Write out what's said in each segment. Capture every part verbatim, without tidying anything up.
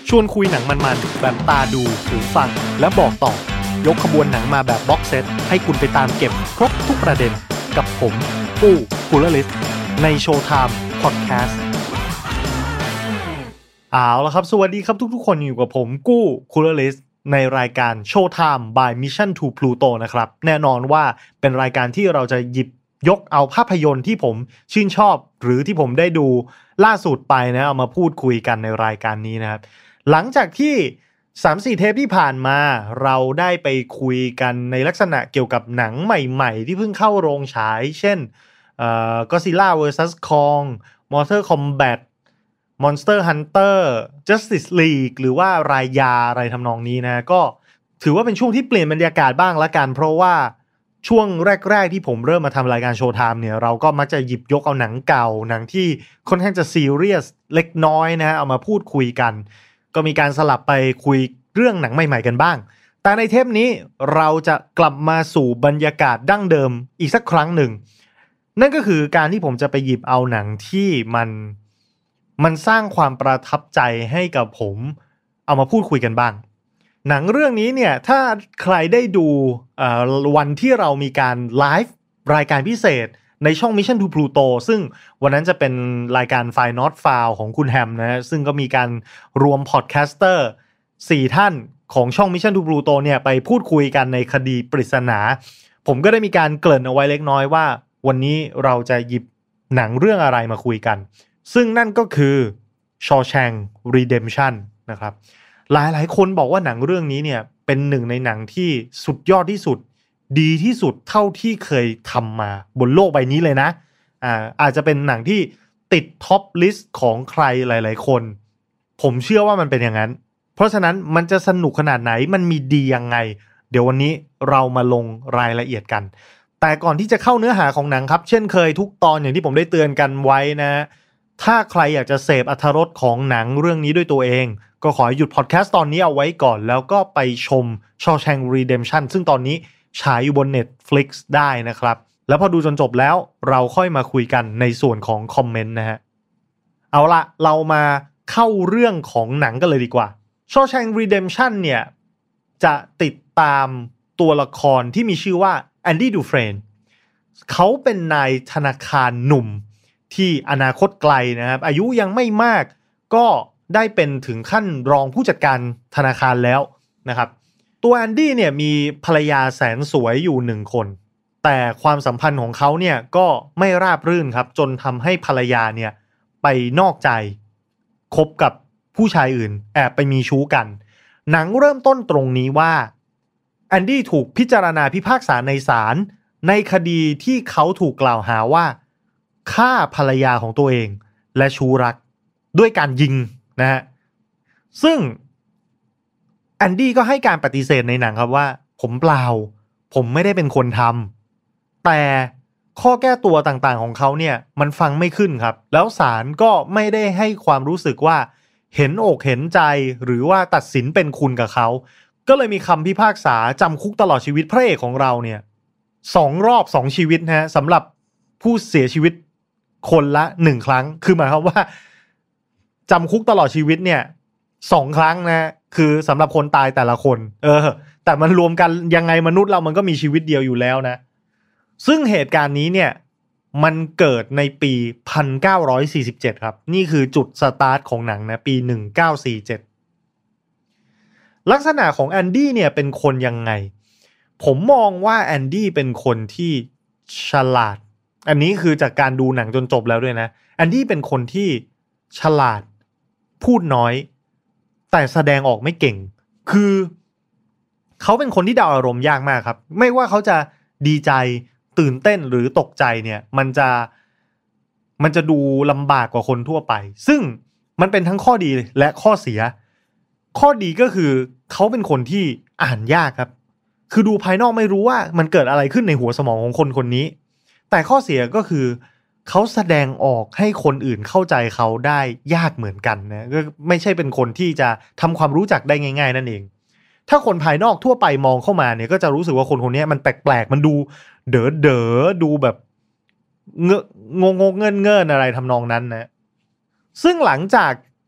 ชวนคุยหนังมันๆแบบตาดูหูฟังและบอกต่อยกขบวนหนังมาแบบบ็อกเซตให้คุณไปตามเก็บครบทุกประเด็นกับผมปู้กูลลิสในโชว์ไทม์พอดแคสต์เอาละครับสวัสดีครับทุกๆคนอยู่กับผมกู้กูลลิสในรายการโชว์ไทม์ by Mission to Pluto นะครับแน่นอนว่าเป็นรายการที่เราจะหยิบยกเอาภาพยนตร์ที่ผมชื่นชอบหรือที่ผมได้ดูล่าสุดไปนะเอามาพูดคุยกันในรายการนี้นะครับหลังจากที่ สามสี่ เทปที่ผ่านมาเราได้ไปคุยกันในลักษณะเกี่ยวกับหนังใหม่ๆที่เพิ่งเข้าโรงฉายเช่นเอ่อ Godzilla เวอร์ ซัส Kong Mortal Kombat Monster Hunter Justice League หรือว่ารายยาอะไรทำนองนี้นะก็ถือว่าเป็นช่วงที่เปลี่ยนบรรยากาศบ้างละกันเพราะว่าช่วงแรกๆที่ผมเริ่มมาทำรายการโชว์ไทม์เนี่ยเราก็มักจะหยิบยกเอาหนังเก่าหนังที่ค่อนข้างจะซีเรียสเล็กน้อยนะเอามาพูดคุยกันก็มีการสลับไปคุยเรื่องหนังใหม่ๆกันบ้างแต่ในเทปนี้เราจะกลับมาสู่บรรยากาศดั้งเดิมอีกสักครั้งหนึ่งนั่นก็คือการที่ผมจะไปหยิบเอาหนังที่มันมันสร้างความประทับใจให้กับผมเอามาพูดคุยกันบ้างหนังเรื่องนี้เนี่ยถ้าใครได้ดูวันที่เรามีการไลฟ์รายการพิเศษในช่อง Mission to Pluto ซึ่งวันนั้นจะเป็นรายการ File Not Found ของคุณแฮมนะซึ่งก็มีการรวมพอดแคสเตอร์สี่ท่านของช่อง Mission to Pluto เนี่ยไปพูดคุยกันในคดีปริศนาผมก็ได้มีการเกริ่นเอาไว้เล็กน้อยว่าวันนี้เราจะหยิบหนังเรื่องอะไรมาคุยกันซึ่งนั่นก็คือ Shawshank Redemption นะครับหลายๆคนบอกว่าหนังเรื่องนี้เนี่ยเป็นหนึ่งในหนังที่สุดยอดที่สุดดีที่สุดเท่าที่เคยทำมาบนโลกใบนี้เลยนะอ่าอาจจะเป็นหนังที่ติดท็อปลิสต์ของใครหลายๆคนผมเชื่อว่ามันเป็นอย่างนั้นเพราะฉะนั้นมันจะสนุกขนาดไหนมันมีดียังไงเดี๋ยววันนี้เรามาลงรายละเอียดกันแต่ก่อนที่จะเข้าเนื้อหาของหนังครับเช่นเคยทุกตอนอย่างที่ผมได้เตือนกันไว้นะถ้าใครอยากจะเสพอรรถรสของหนังเรื่องนี้ด้วยตัวเองก็ขอหยุดพอดแคสต์ตอนนี้เอาไว้ก่อนแล้วก็ไปชม Shawshank Redemption ซึ่งตอนนี้ฉายอยู่บน Netflix ได้นะครับแล้วพอดูจนจบแล้วเราค่อยมาคุยกันในส่วนของคอมเมนต์นะฮะเอาละเรามาเข้าเรื่องของหนังกันเลยดีกว่า Shawshank Redemption เนี่ยจะติดตามตัวละครที่มีชื่อว่าแอนดี้ดูเฟรนเขาเป็นนายธนาคารหนุ่มที่อนาคตไกลนะครับอายุยังไม่มากก็ได้เป็นถึงขั้นรองผู้จัดการธนาคารแล้วนะครับตัวแอนดี้เนี่ยมีภรรยาแสนสวยอยู่หนึ่งคนแต่ความสัมพันธ์ของเขาเนี่ยก็ไม่ราบรื่นครับจนทำให้ภรรยาเนี่ยไปนอกใจคบกับผู้ชายอื่นแอบไปมีชู้กันหนังเริ่มต้นตรงนี้ว่าแอนดี้ถูกพิจารณาพิพากษาในศาลในคดีที่เขาถูกกล่าวหาว่าฆ่าภรรยาของตัวเองและชู้รักด้วยการยิงนะฮะซึ่งแอนดี้ก็ให้การปฏิเสธในหนังครับว่าผมเปล่าผมไม่ได้เป็นคนทำแต่ข้อแก้ตัวต่างๆของเขาเนี่ยมันฟังไม่ขึ้นครับแล้วศาลก็ไม่ได้ให้ความรู้สึกว่าเห็นอกเห็นใจหรือว่าตัดสินเป็นคุณกับเขาก็เลยมีคำพิพากษาจำคุกตลอดชีวิตพระเอกของเราเนี่ยสองรอบสองชีวิตนะฮะสำหรับผู้เสียชีวิตคนละหนึ่งครั้งคือหมายความว่าจำคุกตลอดชีวิตเนี่ยสองครั้งนะคือสำหรับคนตายแต่ละคนเออแต่มันรวมกันยังไงมนุษย์เรามันก็มีชีวิตเดียวอยู่แล้วนะซึ่งเหตุการณ์นี้เนี่ยมันเกิดในปีหนึ่งพันเก้าร้อยสี่สิบเจ็ดครับนี่คือจุดสตาร์ทของหนังนะปีหนึ่งพันเก้าร้อยสี่สิบเจ็ดลักษณะของแอนดี้เนี่ยเป็นคนยังไงผมมองว่าแอนดี้เป็นคนที่ฉลาดอันนี้คือจากการดูหนังจนจบแล้วด้วยนะแอนดี้เป็นคนที่ฉลาดพูดน้อยแต่แสดงออกไม่เก่งคือเขาเป็นคนที่เดาอารมณ์ยากมากครับไม่ว่าเขาจะดีใจตื่นเต้นหรือตกใจเนี่ยมันจะมันจะดูลำบากกว่าคนทั่วไปซึ่งมันเป็นทั้งข้อดีและข้อเสียข้อดีก็คือเขาเป็นคนที่อ่านยากครับคือดูภายนอกไม่รู้ว่ามันเกิดอะไรขึ้นในหัวสมองของคนคนนี้แต่ข้อเสียก็คือเขาแสดงออกให้คนอื่นเข้าใจเขาได้ยากเหมือนกันนะก็ไม่ใช่เป็นคนที่จะทำความรู้จักได้ง่ายๆนั่นเองถ้าคนภายนอกทั่วไปมองเข้ามาเนี่ยก็จะรู้สึกว่าคนคนนี้มันแปลกๆมันดูเด๋อเด๋อดูแบบเงงงเงินเงินอะไรทำนองนั้นนะซึ่งหลังจาก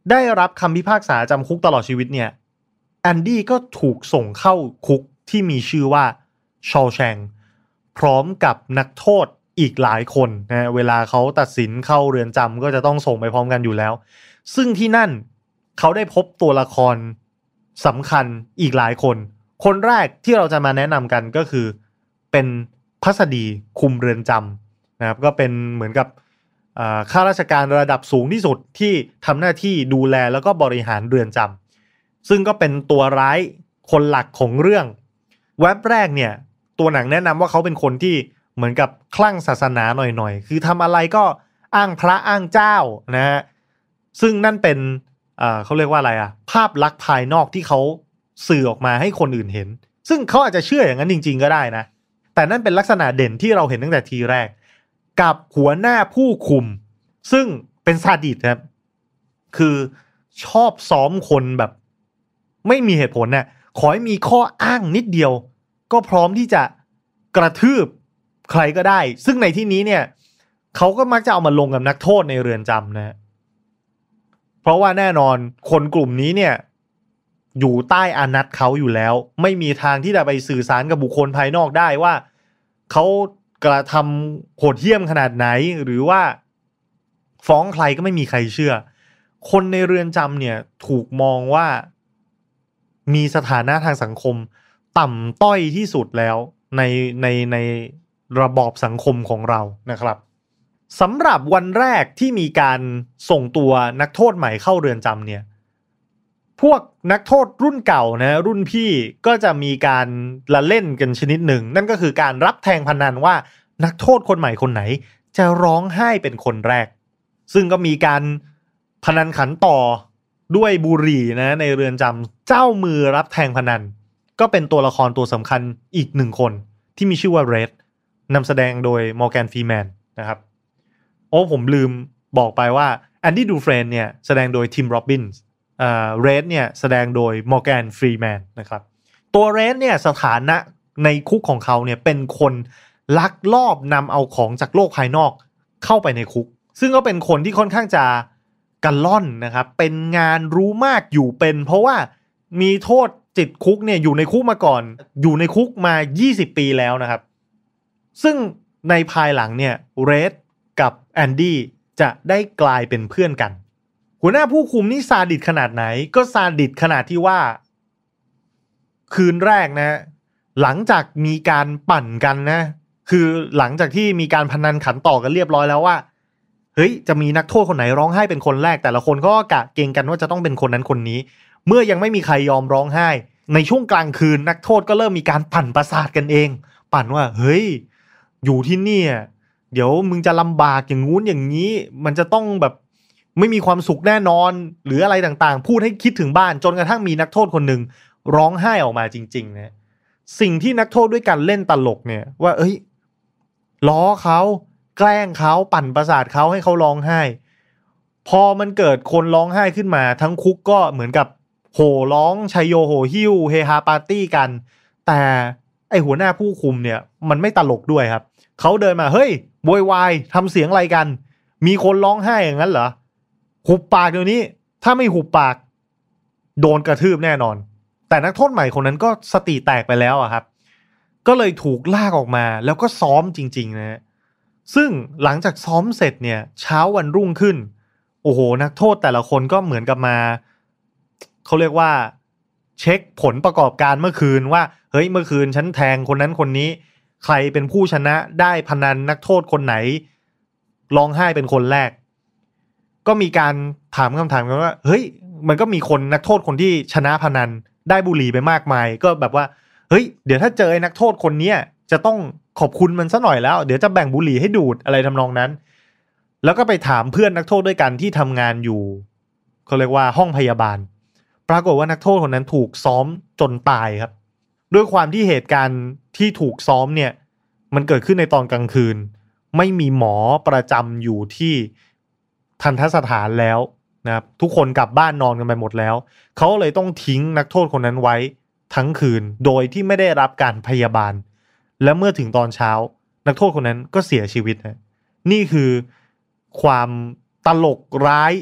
ได้รับคำพิพากษาจำคุกตลอดชีวิตเนี่ยแอนดี้ก็ถูกส่งเข้าคุกที่มีชื่อว่าชอว์แชงก์พร้อมกับนักโทษอีกหลายคนนะเวลาเขาตัดสินเข้าเรือนจำก็จะต้องส่งไปพร้อมกันอยู่แล้วซึ่งที่นั่นเขาได้พบตัวละครสำคัญอีกหลายคนคนแรกที่เราจะมาแนะนำกันก็คือเป็นพัสดีคุมเรือนจำนะครับก็เป็นเหมือนกับข้าราชการระดับสูงที่สุดที่ทำหน้าที่ดูแลแล้วก็บริหารเรือนจำซึ่งก็เป็นตัวร้ายคนหลักของเรื่องเว็บแรกเนี่ยตัวหนังแนะนำว่าเขาเป็นคนที่เหมือนกับคลั่งศาสนาหน่อยๆคือทำอะไรก็อ้างพระอ้างเจ้านะฮะซึ่งนั่นเป็นเอ่อเขาเรียกว่าอะไรอะภาพลักษณ์ภายนอกที่เขาสื่อออกมาให้คนอื่นเห็นซึ่งเขาอาจจะเชื่ออย่างนั้นจริงๆก็ได้นะแต่นั่นเป็นลักษณะเด่นที่เราเห็นตั้งแต่ทีแรกกับหัวหน้าผู้คุมซึ่งเป็นซาดิสครับคือชอบซ้อมคนแบบไม่มีเหตุผลน่ะขอให้มีข้ออ้างนิดเดียวก็พร้อมที่จะกระทืบใครก็ได้ซึ่งในที่นี้เนี่ยเขาก็มักจะเอามาลงกับนักโทษในเรือนจำนะเพราะว่าแน่นอนคนกลุ่มนี้เนี่ยอยู่ใต้อานัตเขาอยู่แล้วไม่มีทางที่จะไปสื่อสารกับบุคคลภายนอกได้ว่าเขากระทำโหดเหี้ยมขนาดไหนหรือว่าฟ้องใครก็ไม่มีใครเชื่อคนในเรือนจำเนี่ยถูกมองว่ามีสถานะทางสังคมต่ำต้อยที่สุดแล้วในในในระบอบสังคมของเรานะครับสำหรับวันแรกที่มีการส่งตัวนักโทษใหม่เข้าเรือนจำเนี่ยพวกนักโทษรุ่นเก่านะรุ่นพี่ก็จะมีการละเล่นกันชนิดหนึ่งนั่นก็คือการรับแทงพนันว่านักโทษคนใหม่คนไหนจะร้องไห้เป็นคนแรกซึ่งก็มีการพนันขันต่อด้วยบุหรี่นะในเรือนจำเจ้ามือรับแทงพนันก็เป็นตัวละครตัวสำคัญอีกหนึ่งคนที่มีชื่อว่าเรดนำแสดงโดยมอร์แกนฟรีแมนนะครับโอ้ผมลืมบอกไปว่าแอนดี้ดูเฟรนเนี่ยแสดงโดยทิมโรบินส์อ่าเรดเนี่ยแสดงโดยมอร์แกนฟรีแมนนะครับตัวเรดเนี่ยสถานะในคุกของเขาเนี่ยเป็นคนลักลอบนำเอาของจากโลกภายนอกเข้าไปในคุกซึ่งก็เป็นคนที่ค่อนข้างจะกันล่อนนะครับเป็นงานรู้มากอยู่เป็นเพราะว่ามีโทษติดคุกเนี่ยอยู่ในคุกมาก่อนอยู่ในคุกมายี่สิบปีแล้วนะครับซึ่งในภายหลังเนี่ยเรดกับแอนดี้จะได้กลายเป็นเพื่อนกันหัวหน้าผู้คุมนี่ซาดิสขนาดไหนก็ซาดิสขนาดที่ว่าคืนแรกนะหลังจากมีการปั่นกันนะคือหลังจากที่มีการพนันขันต่อกันเรียบร้อยแล้วว่าเฮ้ยจะมีนักโทษคนไหนร้องไห้เป็นคนแรกแต่ละคนก็กะเกรงกันว่าจะต้องเป็นคนนั้นคนนี้เมื่อยังไม่มีใครยอมร้องไห้ในช่วงกลางคืนนักโทษก็เริ่มมีการปั่นประสาทกันเองปั่นว่าเฮ้ยอยู่ที่นี่เดี๋ยวมึงจะลำบากอย่างงู้นอย่างนี้มันจะต้องแบบไม่มีความสุขแน่นอนหรืออะไรต่างๆพูดให้คิดถึงบ้านจนกระทั่งมีนักโทษคนหนึ่งร้องไห้ออกมาจริงๆนะสิ่งที่นักโทษด้วยกันเล่นตลกเนี่ยว่าเอ้ยล้อเขาแกล้งเขาปั่นประสาทเขาให้เขาร้องไห้พอมันเกิดคนร้องไห้ขึ้นมาทั้งคุกก็เหมือนกับโห่ร้องชัยโยโห่หิ้วเฮฮาปาร์ตี้กันแต่ไอหัวหน้าผู้คุมเนี่ยมันไม่ตลกด้วยครับเขาเดินมาเฮ้ยโวยวายทำเสียงอะไรกันมีคนร้องไห้อย่างนั้นเหรอหุบปากเดี๋ยวนี้ถ้าไม่หุบปากโดนกระทืบแน่นอนแต่นักโทษใหม่คนนั้นก็สติแตกไปแล้วอะครับก็เลยถูกลากออกมาแล้วก็ซ้อมจริงๆนะซึ่งหลังจากซ้อมเสร็จเนี่ยเช้าวันรุ่งขึ้นโอ้โหนักโทษแต่ละคนก็เหมือนกับมาเขาเรียกว่าเช็คผลประกอบการเมื่อคืนว่าเฮ้ยเมื่อคืนฉันแทงคนนั้นคนนี้ใครเป็นผู้ชนะได้พนันนักโทษคนไหนร้องไห้เป็นคนแรกก็มีการถามคำถามกันว่าเฮ้ยมันก็มีคนนักโทษคนที่ชนะพนันได้บุหรี่ไปมากมายก็แบบว่าเฮ้ยเดี๋ยวถ้าเจอนักโทษคนนี้จะต้องขอบคุณมันซะหน่อยแล้วเดี๋ยวจะแบ่งบุหรี่ให้ดูดอะไรทำนองนั้นแล้วก็ไปถามเพื่อนนักโทษด้วยกันที่ทำงานอยู่เขาเรียกว่าห้องพยาบาลปรากฏว่านักโทษคนนั้นถูกซ้อมจนตายครับด้วยความที่เหตุการณ์ที่ถูกซ้อมเนี่ยมันเกิดขึ้นในตอนกลางคืนไม่มีหมอประจำอยู่ที่ทันตสถานแล้วนะครับทุกคนกลับบ้านนอนกันไปหมดแล้วเขาเลยต้องทิ้งนักโทษคนนั้นไว้ทั้งคืนโดยที่ไม่ได้รับการพยาบาลและเมื่อถึงตอนเช้านักโทษคนนั้นก็เสียชีวิตนะนี่คือความตลกร้าย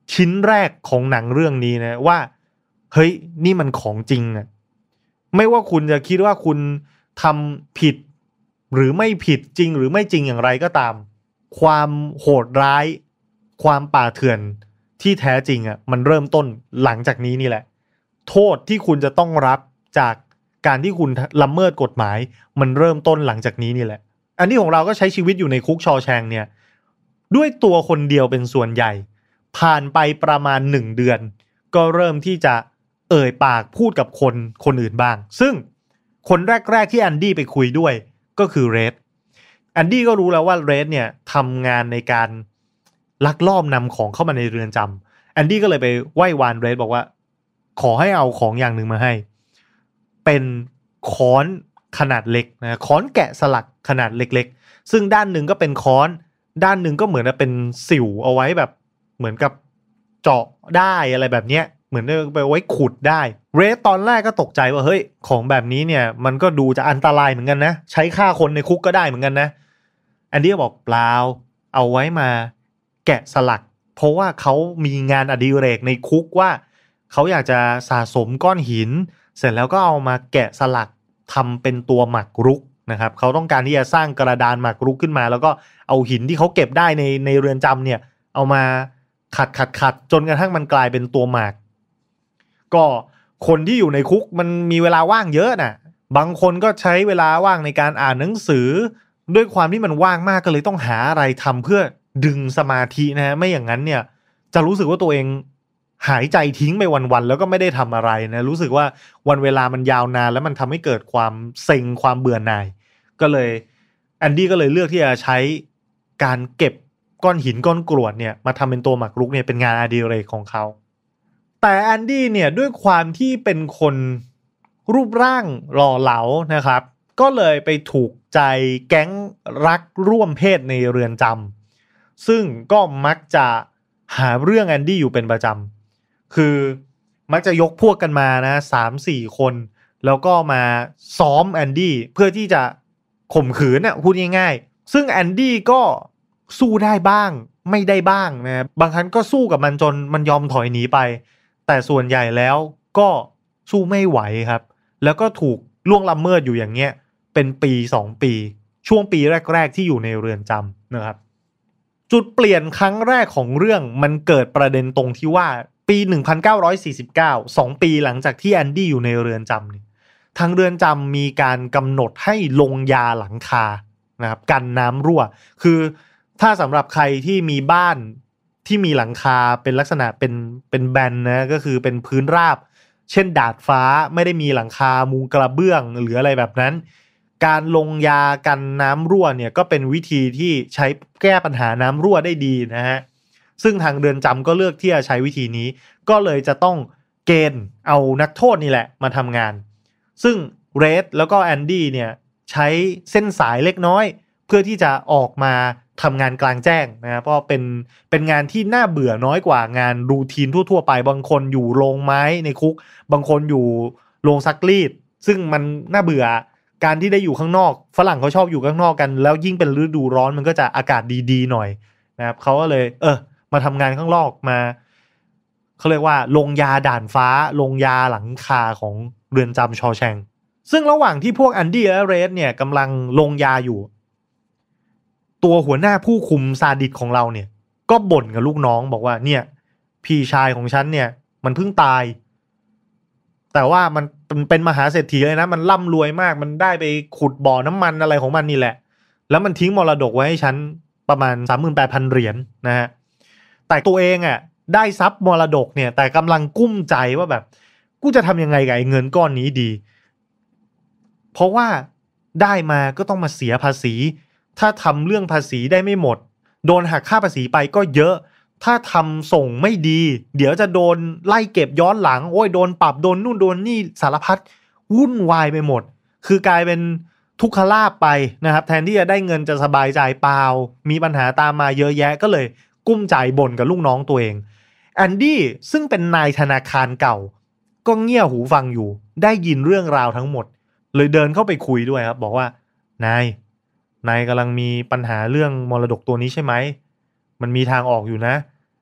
ชิ้นแรกของหนังเรื่องนี้นะว่าเฮ้ยนี่มันของจริงอ่ะไม่ว่าคุณจะคิดว่าคุณทำผิดหรือไม่ผิดจริงหรือไม่จริงอย่างไรก็ตามความโหดร้ายความป่าเถื่อนที่แท้จริงอ่ะมันเริ่มต้นหลังจากนี้นี่แหละโทษที่คุณจะต้องรับจากการที่คุณละเมิดกฎหมายมันเริ่มต้นหลังจากนี้นี่แหละอันนี้ของเราก็ใช้ชีวิตอยู่ในคุกชอว์แชงเนี่ยด้วยตัวคนเดียวเป็นส่วนใหญ่ผ่านไปประมาณหนึ่งเดือนก็เริ่มที่จะเอ่ยปากพูดกับคนคนอื่นบ้างซึ่งคนแรกๆที่แอนดี้ไปคุยด้วยก็คือเรดแอนดี้ก็รู้แล้วว่าเรดเนี่ยทำงานในการลักลอบนำของเข้ามาในเรือนจำแอนดี้ก็เลยไปไหว้วานเรดบอกว่าขอให้เอาของอย่างหนึ่งมาให้เป็นค้อนขนาดเล็กนะค้อนแกะสลักขนาดเล็กๆซึ่งด้านหนึ่งก็เป็นค้อนด้านหนึ่งก็เหมือนจะเป็นสิวเอาไว้แบบเหมือนกับเจาะได้อะไรแบบเนี้ยเหมือนไปไว้ขุดได้เรดตอนแรกก็ตกใจว่าเฮ้ยของแบบนี้เนี่ยมันก็ดูจะอันตรายเหมือนกันนะใช้ฆ่าคนในคุกก็ได้เหมือนกันนะแอนดี้บอกเปล่าเอาไว้มาแกะสลักเพราะว่าเขามีงานอดิเรกในคุกว่าเขาอยากจะสะสมก้อนหินเสร็จแล้วก็เอามาแกะสลักทำเป็นตัวหมากรุกนะครับเขาต้องการที่จะสร้างกระดานหมากรุกขึ้นมาแล้วก็เอาหินที่เขาเก็บได้ในในเรือนจำเนี่ยเอามาขัดขัดขัดจนกระทั่งมันกลายเป็นตัวหมากก็คนที่อยู่ในคุกมันมีเวลาว่างเยอะน่ะบางคนก็ใช้เวลาว่างในการอ่านหนังสือด้วยความที่มันว่างมากก็เลยต้องหาอะไรทำเพื่อดึงสมาธินะฮะไม่อย่างนั้นเนี่ยจะรู้สึกว่าตัวเองหายใจทิ้งไปวันๆแล้วก็ไม่ได้ทำอะไรนะรู้สึกว่าวันเวลามันยาวนานแล้วมันทำให้เกิดความเซ็งความเบื่อหน่ายก็เลยแอนดี้ก็เลยเลือกที่จะใช้การเก็บก้อนหินก้อนกรวดเนี่ยมาทำเป็นตัวหมากรุกเนี่ยเป็นงานอดิเรกของเขาแต่แอนดี้เนี่ยด้วยความที่เป็นคนรูปร่างหล่อเหลานะครับก็เลยไปถูกใจแก๊งรักร่วมเพศในเรือนจำซึ่งก็มักจะหาเรื่องแอนดี้อยู่เป็นประจำคือมักจะยกพวกกันมานะ สามสี่ คนแล้วก็มาซ้อมแอนดี้เพื่อที่จะข่มขืนน่ะพูดง่ายๆซึ่งแอนดี้ก็สู้ได้บ้างไม่ได้บ้างนะบางครั้งก็สู้กับมันจนมันยอมถอยหนีไปแต่ส่วนใหญ่แล้วก็สู้ไม่ไหวครับแล้วก็ถูกล่วงละเมิดอยู่อย่างเงี้ยเป็นปีสองปีช่วงปีแรกๆที่อยู่ในเรือนจำนะครับจุดเปลี่ยนครั้งแรกของเรื่องมันเกิดประเด็นตรงที่ว่าปีหนึ่งพันเก้าร้อยสี่สิบเก้า สองปีหลังจากที่แอนดี้อยู่ในเรือนจำเนี่ยทางเรือนจำมีการกำหนดให้ลงยาหลังคานะครับกันน้ำรั่วคือถ้าสำหรับใครที่มีบ้านที่มีหลังคาเป็นลักษณะเป็นเป็นแบนนะก็คือเป็นพื้นราบเช่นดาดฟ้าไม่ได้มีหลังคามุงกระเบื้องหรืออะไรแบบนั้นการลงยากันน้ำรั่วเนี่ยก็เป็นวิธีที่ใช้แก้ปัญหาน้ำรั่วได้ดีนะฮะซึ่งทางเรือนจำก็เลือกที่จะใช้วิธีนี้ก็เลยจะต้องเกณฑ์เอานักโทษนี่แหละมาทำงานซึ่งเรดแล้วก็แอนดี้เนี่ยใช้เส้นสายเล็กน้อยเพื่อที่จะออกมาทำงานกลางแจ้งนะเพราะเป็นเป็นงานที่น่าเบื่อน้อยกว่างานรูทีนทั่วๆไปบางคนอยู่โรงไม้ในคุกบางคนอยู่โรงซักรีดซึ่งมันน่าเบื่อการที่ได้อยู่ข้างนอกฝรั่งเขาชอบอยู่ข้างนอกกันแล้วยิ่งเป็นฤดูร้อนมันก็จะอากาศดีๆหน่อยนะครับเขาก็เลยเออมาทำงานข้างนอกมาเขาเรียกว่าลงยาด่านฟ้าลงยาหลังคาของเรือนจำชอว์แชงซึ่งระหว่างที่พวกแอนดี้และเรดเนี่ยกำลังลงยาอยู่ตัวหัวหน้าผู้คุมซาดิสของเราเนี่ยก็บ่นกับลูกน้องบอกว่าเนี่ยพี่ชายของฉันเนี่ยมันเพิ่งตายแต่ว่ามันเป็นมหาเศรษฐีเลยนะมันร่ำรวยมากมันได้ไปขุดบ่อน้ำมันอะไรของมันนี่แหละแล้วมันทิ้งมรดกไว้ให้ฉันประมาณ สามหมื่นแปดพัน เหรียญนะฮะแต่ตัวเองอ่ะได้ทรัพย์มรดกเนี่ยแต่กำลังกุ้มใจว่าแบบกูจะทำยังไงกับไอ้เงินก้อนนี้ดีเพราะว่าได้มาก็ต้องมาเสียภาษีถ้าทำเรื่องภาษีได้ไม่หมดโดนหักค่าภาษีไปก็เยอะถ้าทำส่งไม่ดีเดี๋ยวจะโดนไล่เก็บย้อนหลังโอ้ยโดนปรับโดนนู่นโดนนี่สารพัดวุ่นวายไปหมดคือกลายเป็นทุกขลาภไปนะครับแทนที่จะได้เงินจะสบายใจเปล่ามีปัญหาตามมาเยอะแยะก็เลยกุ้มใจบ่นกับลูกน้องตัวเองแอนดี้ซึ่งเป็นนายธนาคารเก่าก็เงี่ยหูฟังอยู่ได้ยินเรื่องราวทั้งหมดเลยเดินเข้าไปคุยด้วยครับบอกว่านายนายกำลังมีปัญหาเรื่องมรดกตัวนี้ใช่ไหมมันมีทางออกอยู่นะ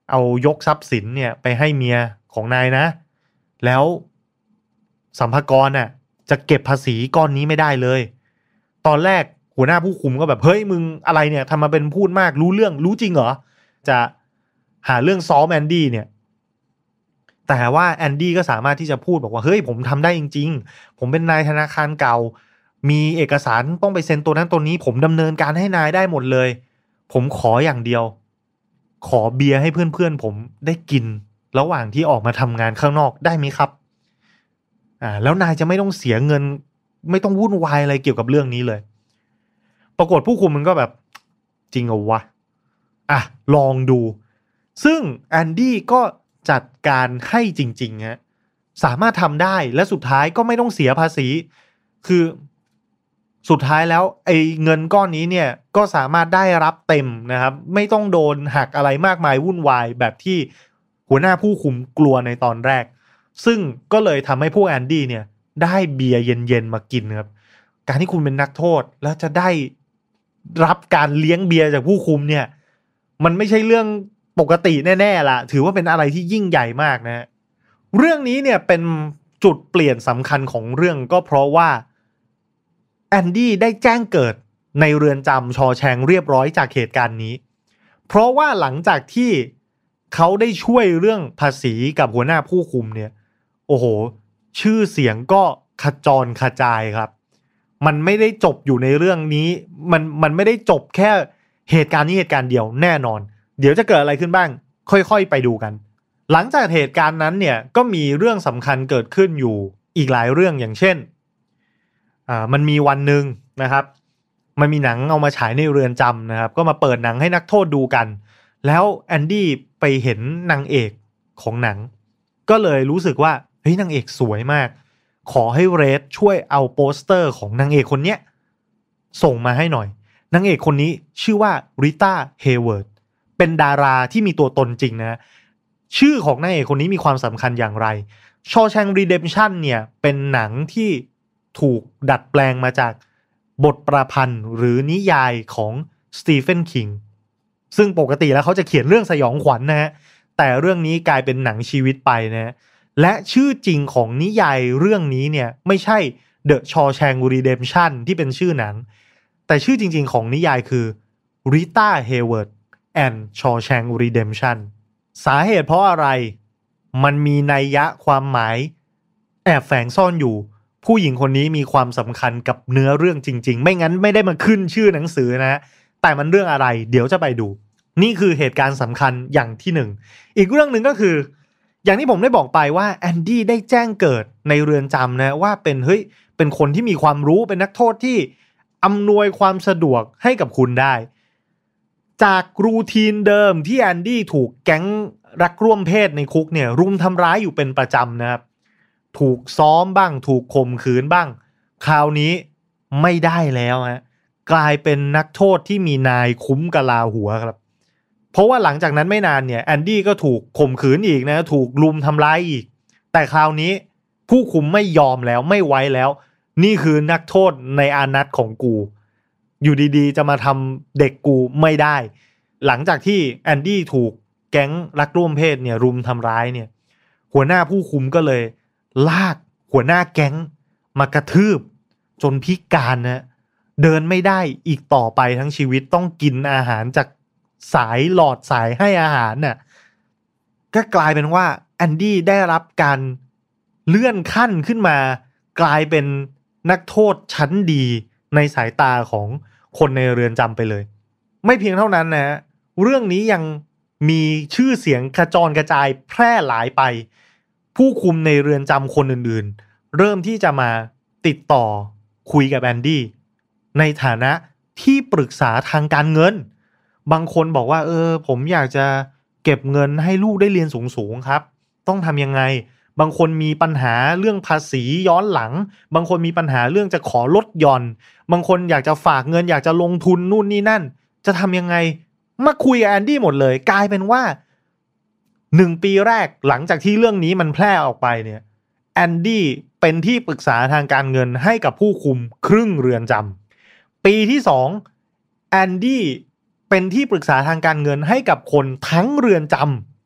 เอายกทรัพย์สินเนี่ยไปให้เมียของนายนะแล้วสัมภากรน่ะจะเก็บภาษีก้อนนี้ไม่ได้เลยตอนแรกหัวหน้าผู้คุมก็แบบเฮ้ยมึงอะไรเนี่ยทำมาเป็นพูดมากรู้เรื่องรู้จริงเหรอจะหาเรื่องซ้อมแอนดี้เนี่ยแต่ว่าแอนดี้ก็สามารถที่จะพูดบอกว่าเฮ้ยผมทำได้จริงๆผมเป็นนายธนาคารเก่ามีเอกสารต้องไปเซ็นตัวนั้นตัวนี้ผมดำเนินการให้นายได้หมดเลยผมขออย่างเดียวขอเบียร์ให้เพื่อนๆผมได้กินระหว่างที่ออกมาทำงานข้างนอกได้ไหมครับอ่าแล้วนายจะไม่ต้องเสียเงินไม่ต้องวุ่นวายอะไรเกี่ยวกับเรื่องนี้เลยปรากฏผู้คุมมันก็แบบจริงเหรอวะอ่ะลองดูซึ่งแอนดี้ก็จัดการให้จริงๆฮะสามารถทำได้และสุดท้ายก็ไม่ต้องเสียภาษีคือสุดท้ายแล้วไอ้เงินก้อนนี้เนี่ยก็สามารถได้รับเต็มนะครับไม่ต้องโดนหักอะไรมากมายวุ่นวายแบบที่หัวหน้าผู้คุมกลัวในตอนแรกซึ่งก็เลยทำให้พวกแอนดี้เนี่ยได้เบียร์เย็นๆมากินครับการที่คุณเป็นนักโทษแล้วจะได้รับการเลี้ยงเบียร์จากผู้คุมเนี่ยมันไม่ใช่เรื่องปกติแน่ๆล่ะถือว่าเป็นอะไรที่ยิ่งใหญ่มากนะเรื่องนี้เนี่ยเป็นจุดเปลี่ยนสำคัญของเรื่องก็เพราะว่าแอนดี้ได้แจ้งเกิดในเรือนจำชอแชงเรียบร้อยจากเหตุการณ์นี้เพราะว่าหลังจากที่เขาได้ช่วยเรื่องภาษีกับหัวหน้าผู้คุมเนี่ยโอ้โหชื่อเสียงก็ขจรกระจายครับมันไม่ได้จบอยู่ในเรื่องนี้มันมันไม่ได้จบแค่เหตุการณ์นี้เหตุการณ์เดียวแน่นอนเดี๋ยวจะเกิดอะไรขึ้นบ้างค่อยๆไปดูกันหลังจากเหตุการณ์นั้นเนี่ยก็มีเรื่องสำคัญเกิดขึ้นอยู่อีกหลายเรื่องอย่างเช่นอ่ามันมีวันหนึ่งนะครับมันมีหนังเอามาฉายในเรือนจำนะครับก็มาเปิดหนังให้นักโทษดูกันแล้วแอนดี้ไปเห็นนางเอกของหนังก็เลยรู้สึกว่าเฮ้ยนางเอกสวยมากขอให้เรดช่วยเอาโปสเตอร์ของนางเอกคนเนี้ยส่งมาให้หน่อยนางเอกคนนี้ชื่อว่าริต้าเฮเวิร์ดเป็นดาราที่มีตัวตนจริงนะชื่อของนางเอกคนนี้มีความสำคัญอย่างไร Shawshank Redemption เนี่ยเป็นหนังที่ถูกดัดแปลงมาจากบทประพันธ์หรือนิยายของสตีเฟนคิงซึ่งปกติแล้วเขาจะเขียนเรื่องสยองขวัญ นะฮะแต่เรื่องนี้กลายเป็นหนังชีวิตไปนะและชื่อจริงของนิยายเรื่องนี้เนี่ยไม่ใช่ The Shawshank Redemption ที่เป็นชื่อหนังแต่ชื่อจริงๆของนิยายคือ Rita Hayworth and Shawshank Redemption สาเหตุเพราะอะไรมันมีนัยยะความหมายแอบแฝงซ่อนอยู่ผู้หญิงคนนี้มีความสำคัญกับเนื้อเรื่องจริงๆไม่งั้นไม่ได้มาขึ้นชื่อหนังสือนะแต่มันเรื่องอะไรเดี๋ยวจะไปดูนี่คือเหตุการณ์สำคัญอย่างที่หนึ่งอีกเรื่องหนึ่งก็คืออย่างที่ผมได้บอกไปว่าแอนดี้ได้แจ้งเกิดในเรือนจำนะว่าเป็นเฮ้ยเป็นคนที่มีความรู้เป็นนักโทษที่อำนวยความสะดวกให้กับคุณได้จากรูทีนเดิมที่แอนดี้ถูกแก๊งรักร่วมเพศในคุกเนี่ยรุมทำร้ายอยู่เป็นประจำนะครับถูกซ้อมบ้างถูกข่มขืนบ้างคราวนี้ไม่ได้แล้วฮะกลายเป็นนักโทษที่มีนายคุ้มกะลาหัวครับเพราะว่าหลังจากนั้นไม่นานเนี่ยแอนดี้ก็ถูกข่มขืนอีกนะถูกลุมทำร้ายอีกแต่คราวนี้ผู้คุมไม่ยอมแล้วไม่ไว้แล้วนี่คือนักโทษในอานัตของกูอยู่ดีๆจะมาทำเด็กกูไม่ได้หลังจากที่แอนดี้ถูกแก๊งรักร่วมเพศเนี่ยรุมทำร้ายเนี่ยหัวหน้าผู้คุมก็เลยลากหัวหน้าแก๊งมากระทืบจนพิการนะเดินไม่ได้อีกต่อไปทั้งชีวิตต้องกินอาหารจากสายหลอดสายให้อาหารน่ะก็กลายเป็นว่าแอนดี้ได้รับการเลื่อนขั้นขึ้นมากลายเป็นนักโทษชั้นดีในสายตาของคนในเรือนจำไปเลยไม่เพียงเท่านั้นนะเรื่องนี้ยังมีชื่อเสียงกระจรกระจายแพร่หลายไปผู้คุมในเรือนจำคนอื่นๆเริ่มที่จะมาติดต่อคุยกับแอนดี้ในฐานะที่ปรึกษาทางการเงินบางคนบอกว่าเออผมอยากจะเก็บเงินให้ลูกได้เรียนสูงๆครับต้องทำยังไงบางคนมีปัญหาเรื่องภาษีย้อนหลังบางคนมีปัญหาเรื่องจะขอลดหย่อนบางคนอยากจะฝากเงินอยากจะลงทุนนู่นนี่นั่นจะทำยังไงมาคุยกับแอนดี้หมดเลยกลายเป็นว่าหนึ่งปีแรกหลังจากที่เรื่องนี้มันแพร่ออกไปเนี่ยแอนดี้เป็นที่ปรึกษาทางการเงินให้กับผู้คุมครึ่งเรือนจำปีที่สองแอนดี้เป็นที่ปรึกษาทางการเงินให้กับคนทั้งเรือนจ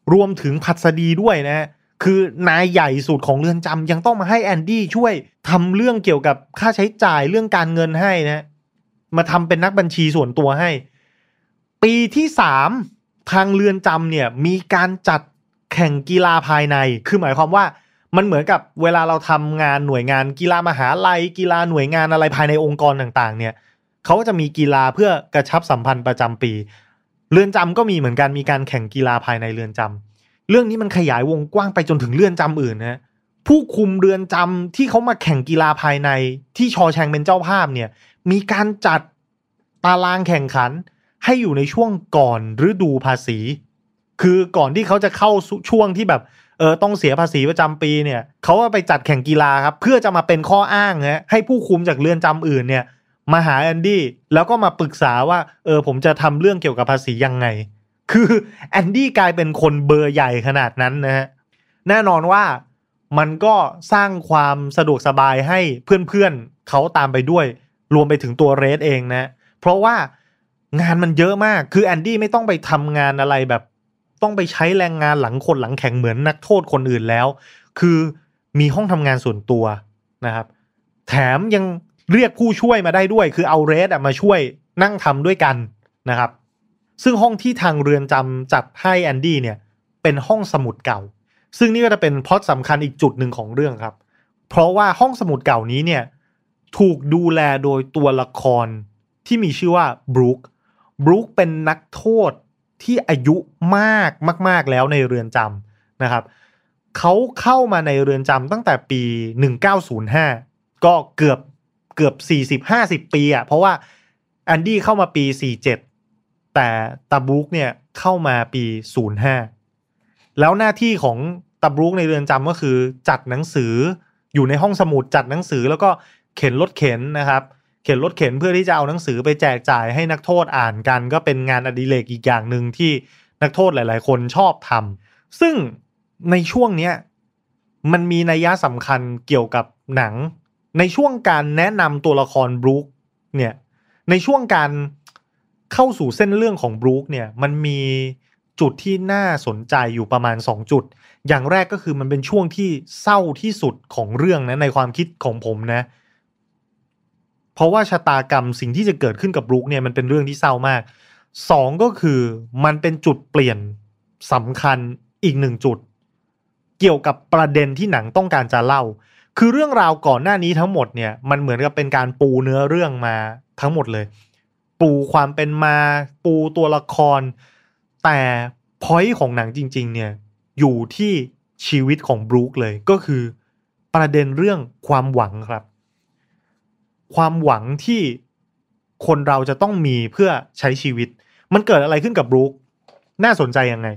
รวมถึงผัสดีด้วยนะคือนายใหญ่สุดของเรือนจำยังต้องมาให้แอนดี้ช่วยทำเรื่องเกี่ยวกับค่าใช้จ่ายเรื่องการเงินให้นะมาทำเป็นนักบัญชีส่วนตัวให้ปีที่สามทางเรือนจำเนี่ยมีการจัดแข่งกีฬาภายในคือหมายความว่ามันเหมือนกับเวลาเราทำงานหน่วยงานกีฬามหาลัยกีฬาหน่วยงานอะไรภายในองค์กรต่างๆเนี่ยเขาก็จะมีกีฬาเพื่อกระชับสัมพันธ์ประจำปีเรือนจำก็มีเหมือนกันมีการแข่งกีฬาภายในเรือนจำเรื่องนี้มันขยายวงกว้างไปจนถึงเรือนจำอื่นนะผู้คุมเรือนจำที่เขามาแข่งกีฬาภายในที่ชอแชงเป็นเจ้าภาพเนี่ยมีการจัดตารางแข่งขันให้อยู่ในช่วงก่อนฤดูภาษีคือก่อนที่เขาจะเข้าช่วงที่แบบเออต้องเสียภาษีประจำปีเนี่ยเขาก็ไปจัดแข่งกีฬาครับเพื่อจะมาเป็นข้ออ้างนะให้ผู้คุมจากเรือนจำอื่นเนี่ยมาหาแอนดี้แล้วก็มาปรึกษาว่าเออผมจะทำเรื่องเกี่ยวกับภาษียังไงคือแอนดี้กลายเป็นคนเบอร์ใหญ่ขนาดนั้นนะฮะแน่นอนว่ามันก็สร้างความสะดวกสบายให้เพื่อนๆเขาตามไปด้วยรวมไปถึงตัวเรดเองนะเพราะว่างานมันเยอะมากคือแอนดี้ไม่ต้องไปทำงานอะไรแบบต้องไปใช้แรงงานหลังคนหลังแข็งเหมือนนักโทษคนอื่นแล้วคือมีห้องทำงานส่วนตัวนะครับแถมยังเรียกผู้ช่วยมาได้ด้วยคือเอาเรดมาช่วยนั่งทำด้วยกันนะครับซึ่งห้องที่ทางเรือนจำจัดให้แอนดี้เนี่ยเป็นห้องสมุดเก่าซึ่งนี่ก็จะเป็นพล็อตสำคัญอีกจุดหนึ่งของเรื่องครับเพราะว่าห้องสมุดเก่านี้เนี่ยถูกดูแลโดยตัวละครที่มีชื่อว่าบรูคบรูคเป็นนักโทษที่อายุมากมากๆแล้วในเรือนจำนะครับเขาเข้ามาในเรือนจำตั้งแต่ปีหนึ่งพันเก้าร้อยห้าก็เกือบเกือบ สี่สิบห้าสิบ ปีอ่ะเพราะว่าแอนดี้เข้ามาปีสี่สิบเจ็ดแต่ตาบรูคเนี่ยเข้ามาปีศูนย์ห้าแล้วหน้าที่ของตาบรูคในเรือนจำก็คือจัดหนังสืออยู่ในห้องสมุดจัดหนังสือแล้วก็เข็นรถเข็นนะครับเข็นรถเข็นเพื่อที่จะเอาหนังสือไปแจกจ่ายให้นักโทษอ่านกันก็เป็นงานอดิเรกอีกอย่างหนึ่งที่นักโทษหลายๆคนชอบทำซึ่งในช่วงนี้มันมีนัยสำคัญเกี่ยวกับหนังในช่วงการแนะนำตัวละครบรูคเนี่ยในช่วงการเข้าสู่เส้นเรื่องของบรูคเนี่ยมันมีจุดที่น่าสนใจอยู่ประมาณสองจุดอย่างแรกก็คือมันเป็นช่วงที่เศร้าที่สุดของเรื่องนะในความคิดของผมนะเพราะว่าชะตากรรมสิ่งที่จะเกิดขึ้นกับบรูคเนี่ยมันเป็นเรื่องที่เศร้ามากสองก็คือมันเป็นจุดเปลี่ยนสำคัญอีกหนึ่งจุดเกี่ยวกับประเด็นที่หนังต้องการจะเล่าคือเรื่องราวก่อนหน้านี้ทั้งหมดเนี่ยมันเหมือนกับเป็นการปูเนื้อเรื่องมาทั้งหมดเลยปูความเป็นมาปูตัวละครแต่พอยต์ของหนังจริงๆเนี่ยอยู่ที่ชีวิตของบรูคเลยก็คือประเด็นเรื่องความหวังครับความหวังที่คนเราจะต้องมีเพื่อใช้ชีวิตมันเกิดอะไรขึ้นกับบรูคน่าสนใจยังไง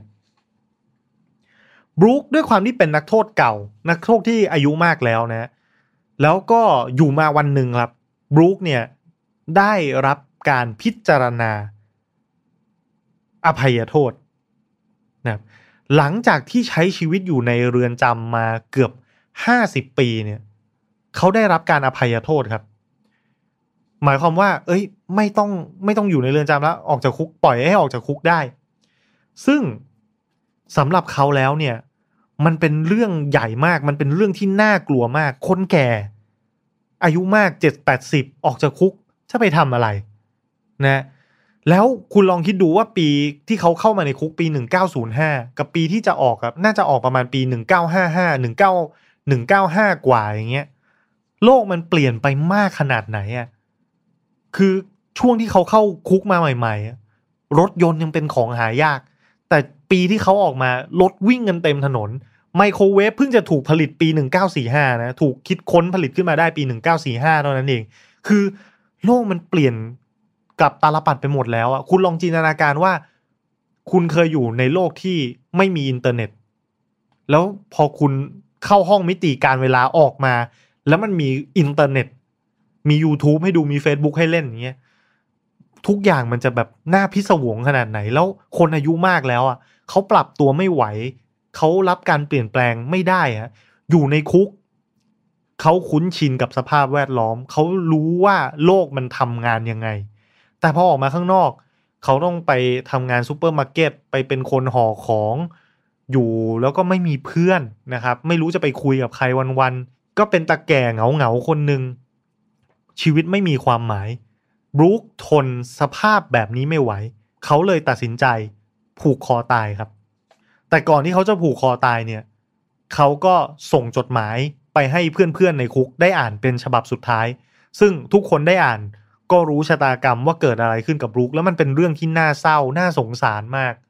บรูคด้วยความที่เป็นนักโทษเก่านักโทษที่อายุมากแล้วนะแล้วก็อยู่มาวันหนึ่งครับบรูคเนี่ยได้รับการพิจารณาอภัยโทษนะหลังจากที่ใช้ชีวิตอยู่ในเรือนจำมาเกือบห้าสิบปีเนี่ยเขาได้รับการอภัยโทษครับหมายความว่าเอ้ยไม่ต้องไม่ต้องอยู่ในเรือนจำแล้วออกจากคุกปล่อยให้ออกจากคุกได้ซึ่งสำหรับเขาแล้วเนี่ยมันเป็นเรื่องใหญ่มากมันเป็นเรื่องที่น่ากลัวมากคนแก่อายุมาก เจ็ดสิบ แปดสิบ ออกจากคุกจะไปทำอะไรนะแล้วคุณลองคิดดูว่าปีที่เขาเข้ามาในคุกปีหนึ่งพันเก้าร้อยห้ากับปีที่จะออกครับน่าจะออกประมาณปีหนึ่งพันเก้าร้อยห้าสิบห้า หนึ่งพันเก้าร้อย หนึ่งพันเก้าร้อยห้ากว่าอย่างเงี้ยโลกมันเปลี่ยนไปมากขนาดไหนอ่ะคือช่วงที่เขาเข้าคุกมาใหม่ๆรถยนต์ยังเป็นของหายากแต่ปีที่เขาออกมารถวิ่งกันเต็มถนนไมโครเวฟเพิ่งจะถูกผลิตปีหนึ่งพันเก้าร้อยสี่สิบห้านะถูกคิดค้นผลิตขึ้นมาได้ปีหนึ่งพันเก้าร้อยสี่สิบห้าเท่านั้นเองคือโลกมันเปลี่ยนกลับตาลปัดไปหมดแล้วอ่ะคุณลองจินตนาการว่าคุณเคยอยู่ในโลกที่ไม่มีอินเทอร์เน็ตแล้วพอคุณเข้าห้องมิติการเวลาออกมาแล้วมันมีอินเทอร์เน็ตมี YouTube ให้ดูมี Facebook ให้เล่นอย่างเงี้ยทุกอย่างมันจะแบบน่าพิศวงขนาดไหนแล้วคนอายุมากแล้วอ่ะเขาปรับตัวไม่ไหวเขารับการเปลี่ยนแปลงไม่ได้ฮะอยู่ในคุกเขาคุ้นชินกับสภาพแวดล้อมเขารู้ว่าโลกมันทำงานยังไงแต่พอออกมาข้างนอกเขาต้องไปทำงานซูเปอร์มาร์เก็ตไปเป็นคนห่อของอยู่แล้วก็ไม่มีเพื่อนนะครับไม่รู้จะไปคุยกับใครวันๆก็เป็นตาแก่เหงาๆคนหนึ่งชีวิตไม่มีความหมายบรูคทนสภาพแบบนี้ไม่ไหวเขาเลยตัดสินใจผูกคอตายครับแต่ก่อนที่เขาจะผูกคอตายเนี่ยเขาก็ส่งจดหมายไปให้เพื่อนๆในคุกได้อ่านเป็นฉบับสุดท้ายซึ่งทุกคนได้อ่านก็รู้ชะตากรรมว่าเกิดอะไรขึ้นกับบรูคแล้วมันเป็นเรื่องที่น่าเศร้าน่าสงสารมาก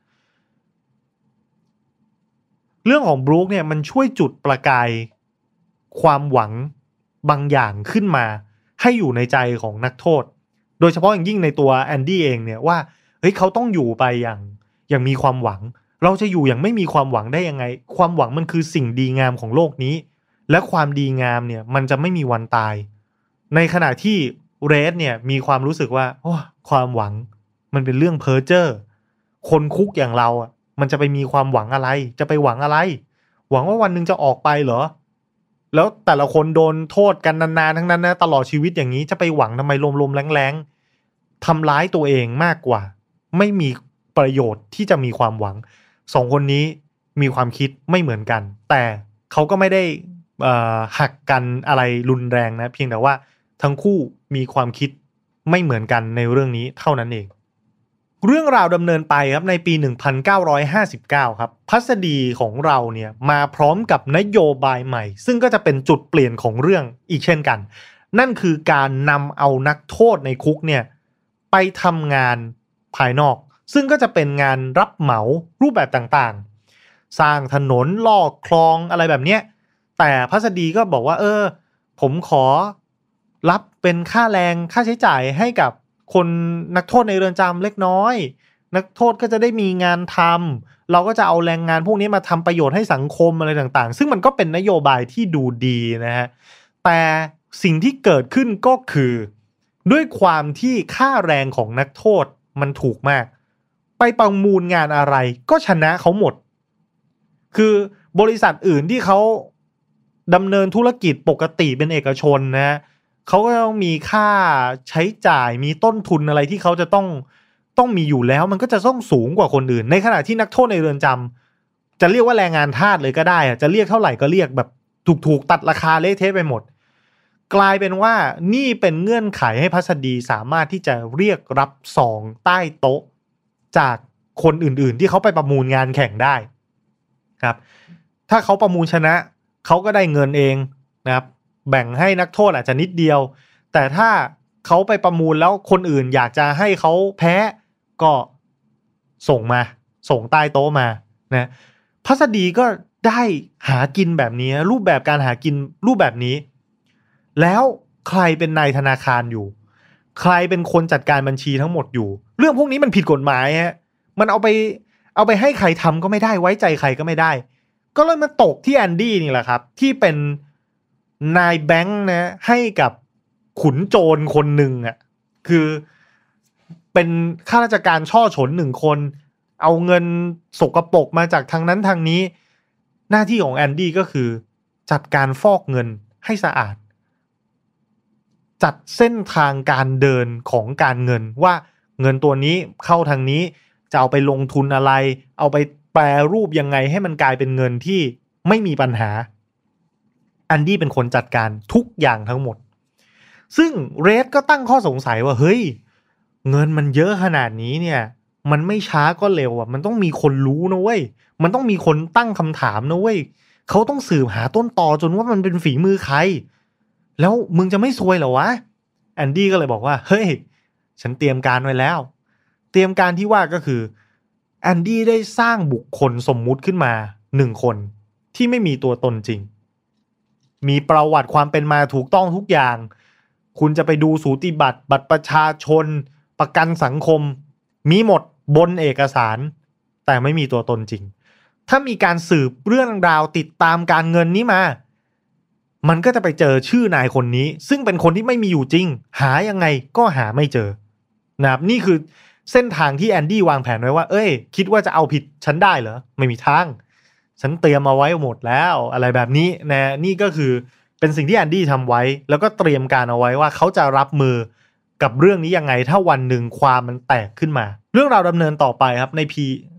เรื่องของบรูคเนี่ยมันช่วยจุดประกายความหวังบางอย่างขึ้นมาให้อยู่ในใจของนักโทษโดยเฉพาะอย่างยิ่งในตัวแอนดี้เองเนี่ยว่าเฮ้ยเขาต้องอยู่ไปอย่างอย่างมีความหวังเราจะอยู่อย่างไม่มีความหวังได้ยังไงความหวังมันคือสิ่งดีงามของโลกนี้และความดีงามเนี่ยมันจะไม่มีวันตายในขณะที่เรดเนี่ยมีความรู้สึกว่าโอ้ความหวังมันเป็นเรื่องเพ้อเจ้อคนคุกอย่างเราอ่ะมันจะไปมีความหวังอะไรจะไปหวังอะไรหวังว่าวันหนึ่งจะออกไปเหรอแล้วแต่ละคนโดนโทษกันนานๆทั้งนั้นนะตลอดชีวิตอย่างนี้จะไปหวังทำไมลมๆแรงๆทำร้ายตัวเองมากกว่าไม่มีประโยชน์ที่จะมีความหวังสองคนนี้มีความคิดไม่เหมือนกันแต่เขาก็ไม่ได้หักกันอะไรรุนแรงนะเพียงแต่ว่าทั้งคู่มีความคิดไม่เหมือนกันในเรื่องนี้เท่านั้นเองเรื่องราวดำเนินไปครับในปีหนึ่งพันเก้าร้อยห้าสิบเก้าครับพัสดีของเราเนี่ยมาพร้อมกับนโยบายใหม่ซึ่งก็จะเป็นจุดเปลี่ยนของเรื่องอีกเช่นกันนั่นคือการนำเอานักโทษในคุกเนี่ยไปทำงานภายนอกซึ่งก็จะเป็นงานรับเหมารูปแบบต่างๆสร้างถนนลอกคลองอะไรแบบเนี้ยแต่พัสดีก็บอกว่าเออผมขอรับเป็นค่าแรงค่าใช้จ่ายให้กับคนนักโทษในเรือนจำเล็กน้อยนักโทษก็จะได้มีงานทำเราก็จะเอาแรงงานพวกนี้มาทำประโยชน์ให้สังคมอะไรต่างๆซึ่งมันก็เป็นนโยบายที่ดูดีนะฮะแต่สิ่งที่เกิดขึ้นก็คือด้วยความที่ค่าแรงของนักโทษมันถูกมากไปประมูลงานอะไรก็ชนะเขาหมดคือบริษัทอื่นที่เขาดำเนินธุรกิจปกติเป็นเอกชนนะเขาก็ต้องมีค่าใช้จ่ายมีต้นทุนอะไรที่เขาจะต้องต้องมีอยู่แล้วมันก็จะต้องสูงกว่าคนอื่นในขณะที่นักโทษในเรือนจำจะเรียกว่าแรงงานทาสเลยก็ได้อะจะเรียกเท่าไหร่ก็เรียกแบบถูกๆตัดราคาเละเทะไปหมดกลายเป็นว่านี่เป็นเงื่อนไขให้พัสดีสามารถที่จะเรียกรับซองใต้โต๊ะจากคนอื่นๆที่เขาไปประมูลงานแข่งได้ครับถ้าเขาประมูลชนะเขาก็ได้เงินเองนะครับแบ่งให้นักโทษอาจจะนิดเดียวแต่ถ้าเขาไปประมูลแล้วคนอื่นอยากจะให้เขาแพ้ก็ส่งมาส่งใต้โต๊ะมานะพัสดีก็ได้หากินแบบนี้รูปแบบการหากินรูปแบบนี้แล้วใครเป็นนายธนาคารอยู่ใครเป็นคนจัดการบัญชีทั้งหมดอยู่เรื่องพวกนี้มันผิดกฎหมายฮะมันเอาไปเอาไปให้ใครทำก็ไม่ได้ไว้ใจใครก็ไม่ได้ก็เลยมาตกที่แอนดี้นี่แหละครับที่เป็นนายแบงค์นะให้กับขุนโจรคนหนึ่งอ่ะคือเป็นข้าราชการช่อฉนหนึ่งคนเอาเงินสกปรกมาจากทางนั้นทางนี้หน้าที่ของแอนดี้ก็คือจัดการฟอกเงินให้สะอาดจัดเส้นทางการเดินของการเงินว่าเงินตัวนี้เข้าทางนี้จะเอาไปลงทุนอะไรเอาไปแปรรูปยังไงให้มันกลายเป็นเงินที่ไม่มีปัญหาแอนดี้เป็นคนจัดการทุกอย่างทั้งหมดซึ่งเรดก็ตั้งข้อสงสัยว่าเฮ้ยเงินมันเยอะขนาดนี้เนี่ยมันไม่ช้าก็เร็วอ่ะมันต้องมีคนรู้นะเว้ยมันต้องมีคนตั้งคำถามนะเว้ยเขาต้องสืบหาต้นตอจนว่ามันเป็นฝีมือใครแล้วมึงจะไม่ซวยเหรอวะแอนดี้ก็เลยบอกว่าเฮ้ยฉันเตรียมการไว้แล้วเตรียมการที่ว่าก็คือแอนดี้ได้สร้างบุคคลสมมุติขึ้นมาหนึ่งคนที่ไม่มีตัวตนจริงมีประวัติความเป็นมาถูกต้องทุกอย่างคุณจะไปดูสูติบัตรบัตรประชาชนประกันสังคมมีหมดบนเอกสารแต่ไม่มีตัวตนจริงถ้ามีการสืบเรื่องราวติดตามการเงินนี้มามันก็จะไปเจอชื่อนายคนนี้ซึ่งเป็นคนที่ไม่มีอยู่จริงหายังไงก็หาไม่เจอนะครับนี่คือเส้นทางที่แอนดี้วางแผนไว้ว่าเอ้ยคิดว่าจะเอาผิดฉันได้เหรอไม่มีทางฉันเตรียมมาไว้หมดแล้วอะไรแบบนี้นะนี่ก็คือเป็นสิ่งที่แอนดี้ทำไว้แล้วก็เตรียมการเอาไว้ว่าเขาจะรับมือกับเรื่องนี้ยังไงถ้าวันหนึ่งความมันแตกขึ้นมาเรื่องราวดำเนินต่อไปครับในพี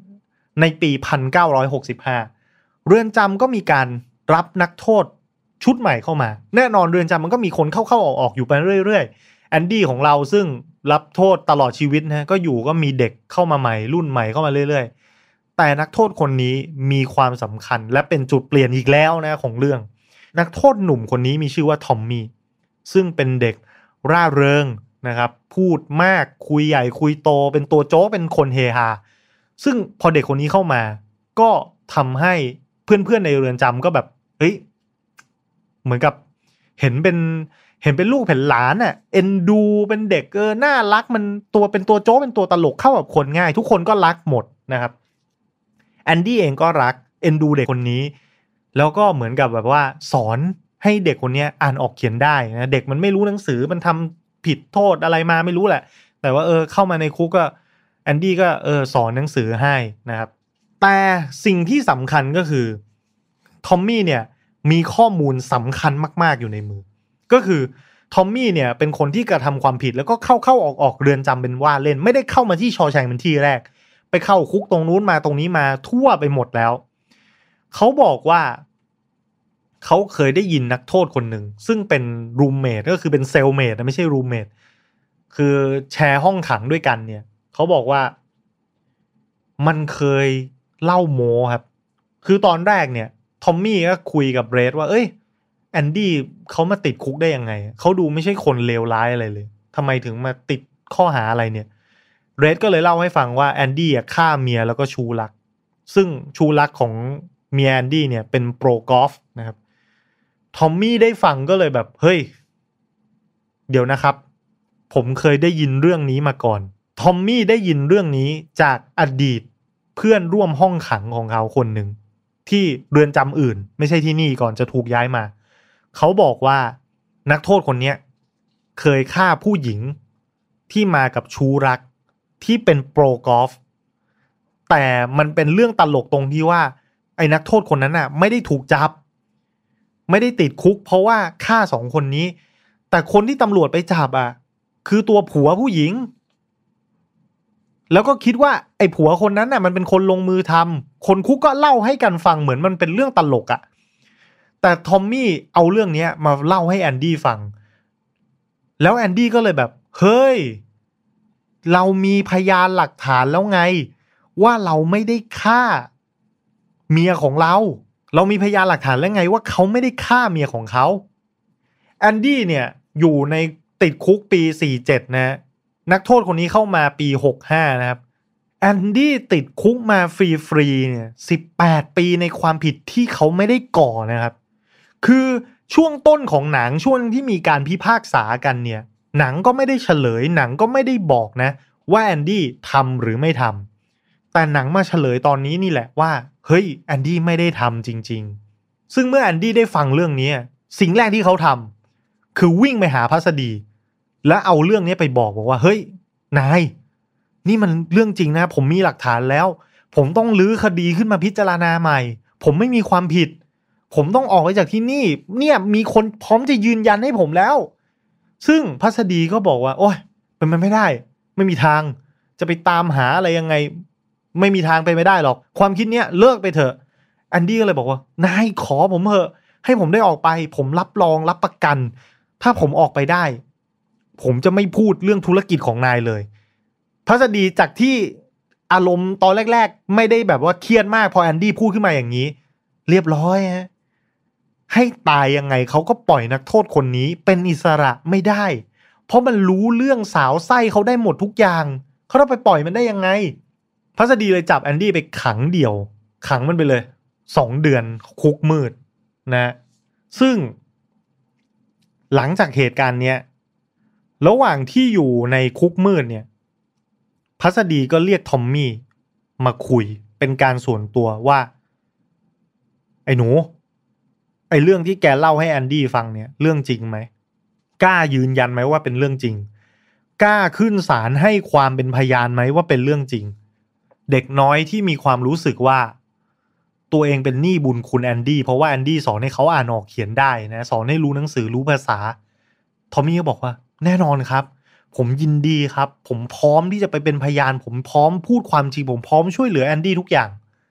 ในปี หนึ่งพันเก้าร้อยหกสิบห้า เรือนจำก็มีการรับนักโทษชุดใหม่เข้ามาแน่นอนเรือนจำมันก็มีคนเข้าๆออกๆอยู่ไปเรื่อยๆแอนดี้ของเราซึ่งรับโทษตลอดชีวิตนะก็อยู่ก็มีเด็กเข้ามาใหม่รุ่นใหม่เข้ามาเรื่อยๆแต่นักโทษคนนี้มีความสำคัญและเป็นจุดเปลี่ยนอีกแล้วนะของเรื่องนักโทษหนุ่มคนนี้มีชื่อว่าทอมมี่ซึ่งเป็นเด็กร่าเริงนะครับพูดมากคุยใหญ่คุยโตเป็นตัวโจ๊กเป็นคนเฮฮาซึ่งพอเด็กคนนี้เข้ามาก็ทำให้เพื่อนๆในเรือนจำก็แบบเฮ้ยเหมือนกับเห็นเป็นเห็นเป็นลูกเป็นหลานอ่ะเอ็นดูเป็นเด็กเออน่ารักมันตัวเป็นตัวโจ๊กเป็นตัวตลกเข้ากับคนง่ายทุกคนก็รักหมดนะครับแอนดี้เองก็รักเอ็นดูเด็กคนนี้แล้วก็เหมือนกับแบบว่าสอนให้เด็กคนนี้อ่านออกเขียนได้นะเด็กมันไม่รู้หนังสือมันทำผิดโทษอะไรมาไม่รู้แหละแต่ว่าเออเข้ามาในคุกก็แอนดี้ก็เออสอนหนังสือให้นะครับแต่สิ่งที่สำคัญก็คือทอมมี่เนี่ยมีข้อมูลสำคัญมากๆอยู่ในมือก็คือทอมมี่เนี่ยเป็นคนที่กระทำความผิดแล้วก็เข้าเข้าออกออกเรือนจำเป็นว่าเล่นไม่ได้เข้ามาที่ชอแชงเป็นที่แรกไปเข้าคุกตรงนู้นมาตรงนี้มาทั่วไปหมดแล้วเขาบอกว่าเขาเคยได้ยินนักโทษคนหนึ่งซึ่งเป็นรูมเมทก็คือเป็นเซลเมทนะไม่ใช่รูมเมทคือแชร์ห้องขังด้วยกันเนี่ยเขาบอกว่ามันเคยเล่าโม้ครับคือตอนแรกเนี่ยทอมมี่ก็คุยกับเบรดว่าเอ้ยแอนดี้เขามาติดคุกได้ยังไงเขาดูไม่ใช่คนเลวร้ายอะไรเลยทำไมถึงมาติดข้อหาอะไรเนี่ยเบรดก็เลยเล่าให้ฟังว่าแอนดี้อ่ะฆ่าเมียแล้วก็ชูรักซึ่งชูรักของเมียแอนดี้เนี่ยเป็นโปรกอล์ฟนะครับทอมมี่ได้ฟังก็เลยแบบเฮ้ยเดี๋ยวนะครับผมเคยได้ยินเรื่องนี้มาก่อนทอมมี่ได้ยินเรื่องนี้จากอดีตเพื่อนร่วมห้องขังของเขาคนหนึ่งที่เรือนจำอื่นไม่ใช่ที่นี่ก่อนจะถูกย้ายมาเขาบอกว่านักโทษคนนี้เคยฆ่าผู้หญิงที่มากับชู้รักที่เป็นโปรกอล์ฟแต่มันเป็นเรื่องตลกตรงที่ว่าไอ้นักโทษคนนั้นน่ะไม่ได้ถูกจับไม่ได้ติดคุกเพราะว่าฆ่าสองคนนี้แต่คนที่ตำรวจไปจับอ่ะคือตัวผัวผู้หญิงแล้วก็คิดว่าไอ้ผัวคนนั้นน่ะมันเป็นคนลงมือทำคนคุกก็เล่าให้กันฟังเหมือนมันเป็นเรื่องตลกอ่ะแต่ทอมมี่เอาเรื่องนี้มาเล่าให้แอนดี้ฟังแล้วแอนดี้ก็เลยแบบเฮ้ยเรามีพยานหลักฐานแล้วไงว่าเราไม่ได้ฆ่าเมียของเราเรามีพยานหลักฐานแล้วไงว่าเขาไม่ได้ฆ่าเมียของเขาแอนดี้เนี่ยอยู่ในติดคุกปีสี่สิบเจ็ดนะนักโทษคนนี้เข้ามาปีหกสิบห้านะครับแอนดี้ติดคุกมาฟรีๆเนี่ยสิบแปดปีในความผิดที่เขาไม่ได้ก่อนะครับคือช่วงต้นของหนังช่วงที่มีการพิพากษากันเนี่ยหนังก็ไม่ได้เฉลยหนังก็ไม่ได้บอกนะว่าแอนดี้ทำหรือไม่ทำแต่หนังมาเฉลยตอนนี้นี่แหละว่าเฮ้ยแอนดี้ไม่ได้ทำจริงๆซึ่งเมื่อแอนดี้ได้ฟังเรื่องนี้สิ่งแรกที่เขาทำคือวิ่งไปหาพัสดีและเอาเรื่องนี้ไปบอกบอกว่าเฮ้ยนายนี่มันเรื่องจริงนะผมมีหลักฐานแล้วผมต้องลื้อคดีขึ้นมาพิจารณาใหม่ผมไม่มีความผิดผมต้องออกไปจากที่นี่เนี่ยมีคนพร้อมจะยืนยันให้ผมแล้วซึ่งพัสดีก็บอกว่าโอ๊ยเป็นไปไม่ได้ไม่มีทางจะไปตามหาอะไรยังไงไม่มีทางไปไม่ได้หรอกความคิดเนี้ยเลิกไปเถอะแอนดี้ก็เลยบอกว่านายขอผมเถอะให้ผมได้ออกไปผมรับรองรับประกันถ้าผมออกไปได้ผมจะไม่พูดเรื่องธุรกิจของนายเลยพัสดีจากที่อารมณ์ตอนแรกๆไม่ได้แบบว่าเครียดมากพอแอนดี้พูดขึ้นมาอย่างนี้เรียบร้อยฮะให้ตายยังไงเขาก็ปล่อยนักโทษคนนี้เป็นอิสระไม่ได้เพราะมันรู้เรื่องสาวไส้เขาได้หมดทุกอย่างเขาต้องไปปล่อยมันได้ยังไงพัสดีเลยจับแอนดี้ไปขังเดี่ยวขังมันไปเลยสองเดือนคุกมืดนะซึ่งหลังจากเหตุการณ์เนี้ยระหว่างที่อยู่ในคุกมืดเนี่ยพัสดีก็เรียกทอมมี่มาคุยเป็นการส่วนตัวว่าไอ้หนูไอ้เรื่องที่แกเล่าให้แอนดี้ฟังเนี่ยเรื่องจริงไหมกล้ายืนยันไหมว่าเป็นเรื่องจริงกล้าขึ้นศาลให้ความเป็นพยานไหมว่าเป็นเรื่องจริงเด็กน้อยที่มีความรู้สึกว่าตัวเองเป็นหนี้บุญคุณแอนดี้เพราะว่าแอนดี้สอนให้เขาอ่านออกเขียนได้นะสอนให้รู้หนังสือรู้ภาษาทอมมี่ก็บอกว่าแน่นอนครับผมยินดีครับผมพร้อมที่จะไปเป็นพยานผมพร้อมพูดความจริงผมพร้อมช่วยเหลือแอนดี้ทุกอย่าง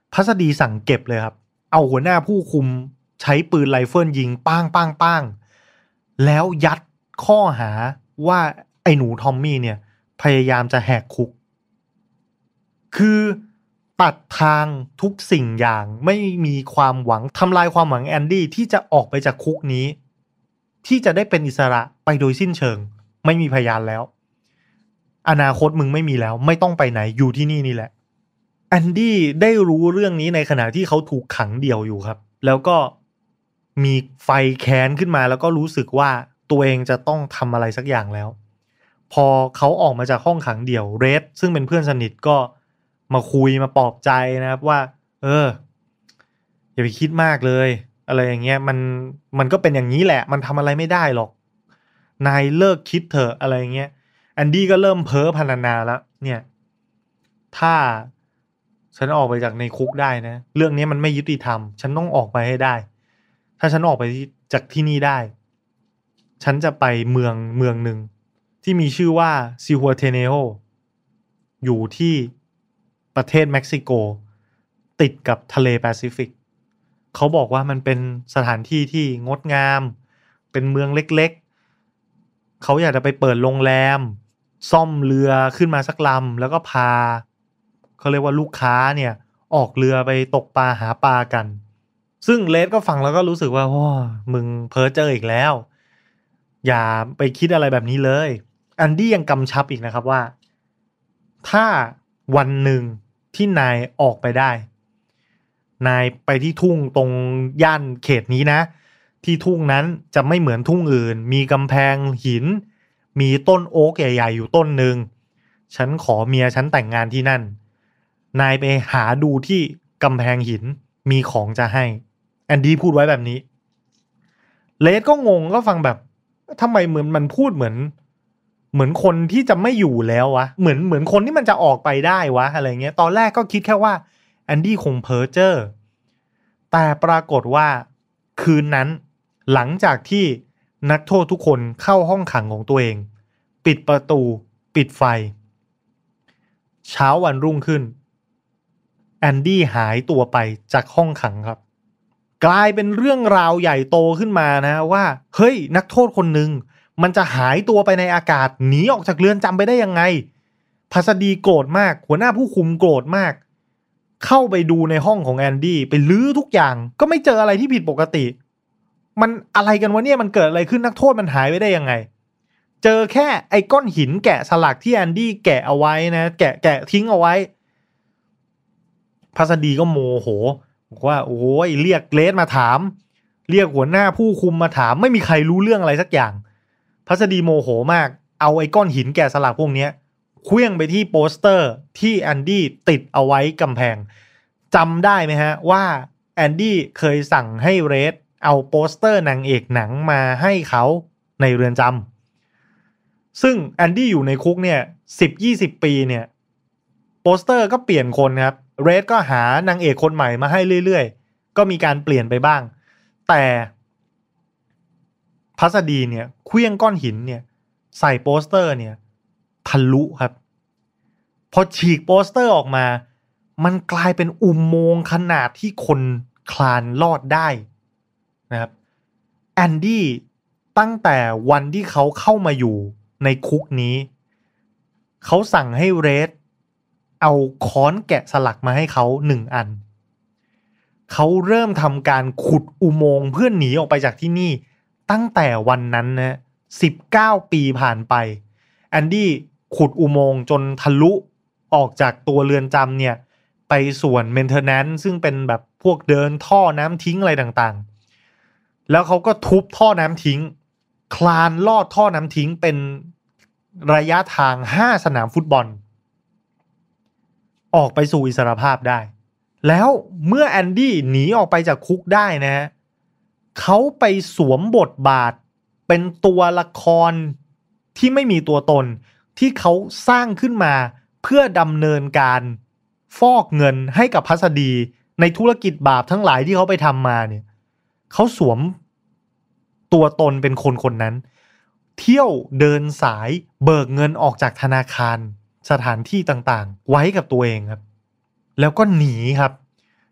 พัสดีสั่งเก็บเลยครับเอาหัวหน้าผู้คุมใช้ปืนไรเฟิลยิงป้างป้างป้างแล้วยัดข้อหาว่าไอ้หนูทอมมี่เนี่ยพยายามจะแหกคุกคือตัดทางทุกสิ่งอย่างไม่มีความหวังทำลายความหวังแอนดี้ที่จะออกไปจากคุกนี้ที่จะได้เป็นอิสระไปโดยสิ้นเชิงไม่มีพยานแล้วอนาคตมึงไม่มีแล้วไม่ต้องไปไหนอยู่ที่นี่นี่แหละแอนดี้ได้รู้เรื่องนี้ในขณะที่เขาถูกขังเดี่ยวอยู่ครับแล้วก็มีไฟแค้นขึ้นมาแล้วก็รู้สึกว่าตัวเองจะต้องทำอะไรสักอย่างแล้วพอเขาออกมาจากห้องขังเดี่ยวเรดซึ่งเป็นเพื่อนสนิทก็มาคุยมาปลอบใจนะครับว่าเอออย่าไปคิดมากเลยอะไรอย่างเงี้ยมันมันก็เป็นอย่างนี้แหละมันทำอะไรไม่ได้หรอกนายเลิกคิดเถอะอะไรอย่างเงี้ยแอนดี้ก็เริ่มเพ้อพรรณนาแล้วเนี่ยถ้าฉันออกไปจากในคุกได้นะเรื่องนี้มันไม่ยุติธรรมฉันต้องออกไปให้ได้ถ้าฉันออกไปจากที่นี่ได้ฉันจะไปเมืองเมืองหนึ่งที่มีชื่อว่าซิฮัวเทเนโออยู่ที่ประเทศเม็กซิโกติดกับทะเลแปซิฟิกเขาบอกว่ามันเป็นสถานที่ที่งดงามเป็นเมืองเล็กๆเขาอยากจะไปเปิดโรงแรมซ่อมเรือขึ้นมาสักลำแล้วก็พาเขาเรียกว่าลูกค้าเนี่ยออกเรือไปตกปลาหาปลากันซึ่งเลดก็ฟังแล้วก็รู้สึกว่าว้ามึงเพ้อเจ้ออีกแล้วอย่าไปคิดอะไรแบบนี้เลยแอนดี้ยังกำชับอีกนะครับว่าถ้าวันหนึ่งที่นายออกไปได้นายไปที่ทุ่งตรงย่านเขตนี้นะที่ทุ่งนั้นจะไม่เหมือนทุ่งอื่นมีกำแพงหินมีต้นโอ๊กใหญ่ๆอยู่ต้นหนึ่งฉันขอเมียฉันแต่งงานที่นั่นนายไปหาดูที่กำแพงหินมีของจะให้แอนดี้พูดไว้แบบนี้เลดก็งงก็ฟังแบบทำไมเหมือนมันพูดเหมือนเหมือนคนที่จะไม่อยู่แล้ววะเหมือนเหมือนคนที่มันจะออกไปได้วะอะไรเงี้ยตอนแรกก็คิดแค่ว่าแอนดี้คงเพ้อเจ้อแต่ปรากฏว่าคืนนั้นหลังจากที่นักโทษทุกคนเข้าห้องขังของตัวเองปิดประตูปิดไฟเช้าวันรุ่งขึ้นแอนดี้หายตัวไปจากห้องขังครับกลายเป็นเรื่องราวใหญ่โตขึ้นมานะว่าเฮ้ยนักโทษคนหนึ่งมันจะหายตัวไปในอากาศหนีออกจากเรือนจำไปได้ยังไงพัสดีโกรธมากหัวหน้าผู้คุมโกรธมากเข้าไปดูในห้องของแอนดี้ไปลื้อทุกอย่างก็ไม่เจออะไรที่ผิดปกติมันอะไรกันวะเนี่ยมันเกิดอะไรขึ้นนักโทษมันหายไปได้ยังไงเจอแค่ไอ้ก้อนหินแกะสลักที่แอนดี้แกะเอาไว้นะแกะแกะทิ้งเอาไว้พัสดีก็โมโหบอกว่าโอ้ยเรียกเลดมาถามเรียกหัวหน้าผู้คุมมาถามไม่มีใครรู้เรื่องอะไรสักอย่างพัสดีโมโหมากเอาไอ้ก้อนหินแกะสลักพวกนี้เคลื่องไปที่โปสเตอร์ที่แอนดี้ติดเอาไว้กำแพงจำได้ไหมฮะว่าแอนดี้เคยสั่งให้เรดเอาโปสเตอร์นางเอกหนังมาให้เขาในเรือนจำซึ่งแอนดี้อยู่ในคุกเนี่ย สิบถึงยี่สิบ ปีเนี่ยโปสเตอร์ก็เปลี่ยนคนครับเรดก็หานางเอกคนใหม่มาให้เรื่อยๆก็มีการเปลี่ยนไปบ้างแต่พัสดีเนี่ยเคลื่องก้อนหินเนี่ยใส่โปสเตอร์เนี่ยทะลุครับพอฉีกโปสเตอร์ออกมามันกลายเป็นอุโมงค์ขนาดที่คนคลานลอดได้นะครับแอนดี้ตั้งแต่วันที่เขาเข้ามาอยู่ในคุกนี้เขาสั่งให้เรดเอาค้อนแกะสลักมาให้เขาหนึ่งอันเขาเริ่มทำการขุดอุโมงค์เพื่อหนีออกไปจากที่นี่ตั้งแต่วันนั้นนะสิบเก้าปีผ่านไปแอนดี้ขุดอุโมงค์จนทะลุออกจากตัวเรือนจำเนี่ยไปส่วนเมนเทนแนนซ์ซึ่งเป็นแบบพวกเดินท่อน้ำทิ้งอะไรต่างๆแล้วเขาก็ทุบท่อน้ำทิ้งคลานลอดท่อน้ำทิ้งเป็นระยะทางห้าสนามฟุตบอลออกไปสู่อิสรภาพได้แล้วเมื่อแอนดี้หนีออกไปจากคุกได้นะฮะเขาไปสวมบทบาทเป็นตัวละครที่ไม่มีตัวตนที่เขาสร้างขึ้นมาเพื่อดำเนินการฟอกเงินให้กับพัสดีในธุรกิจบาปทั้งหลายที่เขาไปทำมาเนี่ยเขาสวมตัวตนเป็นคนคนนั้นเที่ยวเดินสายเบิกเงินออกจากธนาคารสถานที่ต่างๆไว้กับตัวเองครับแล้วก็หนีครับ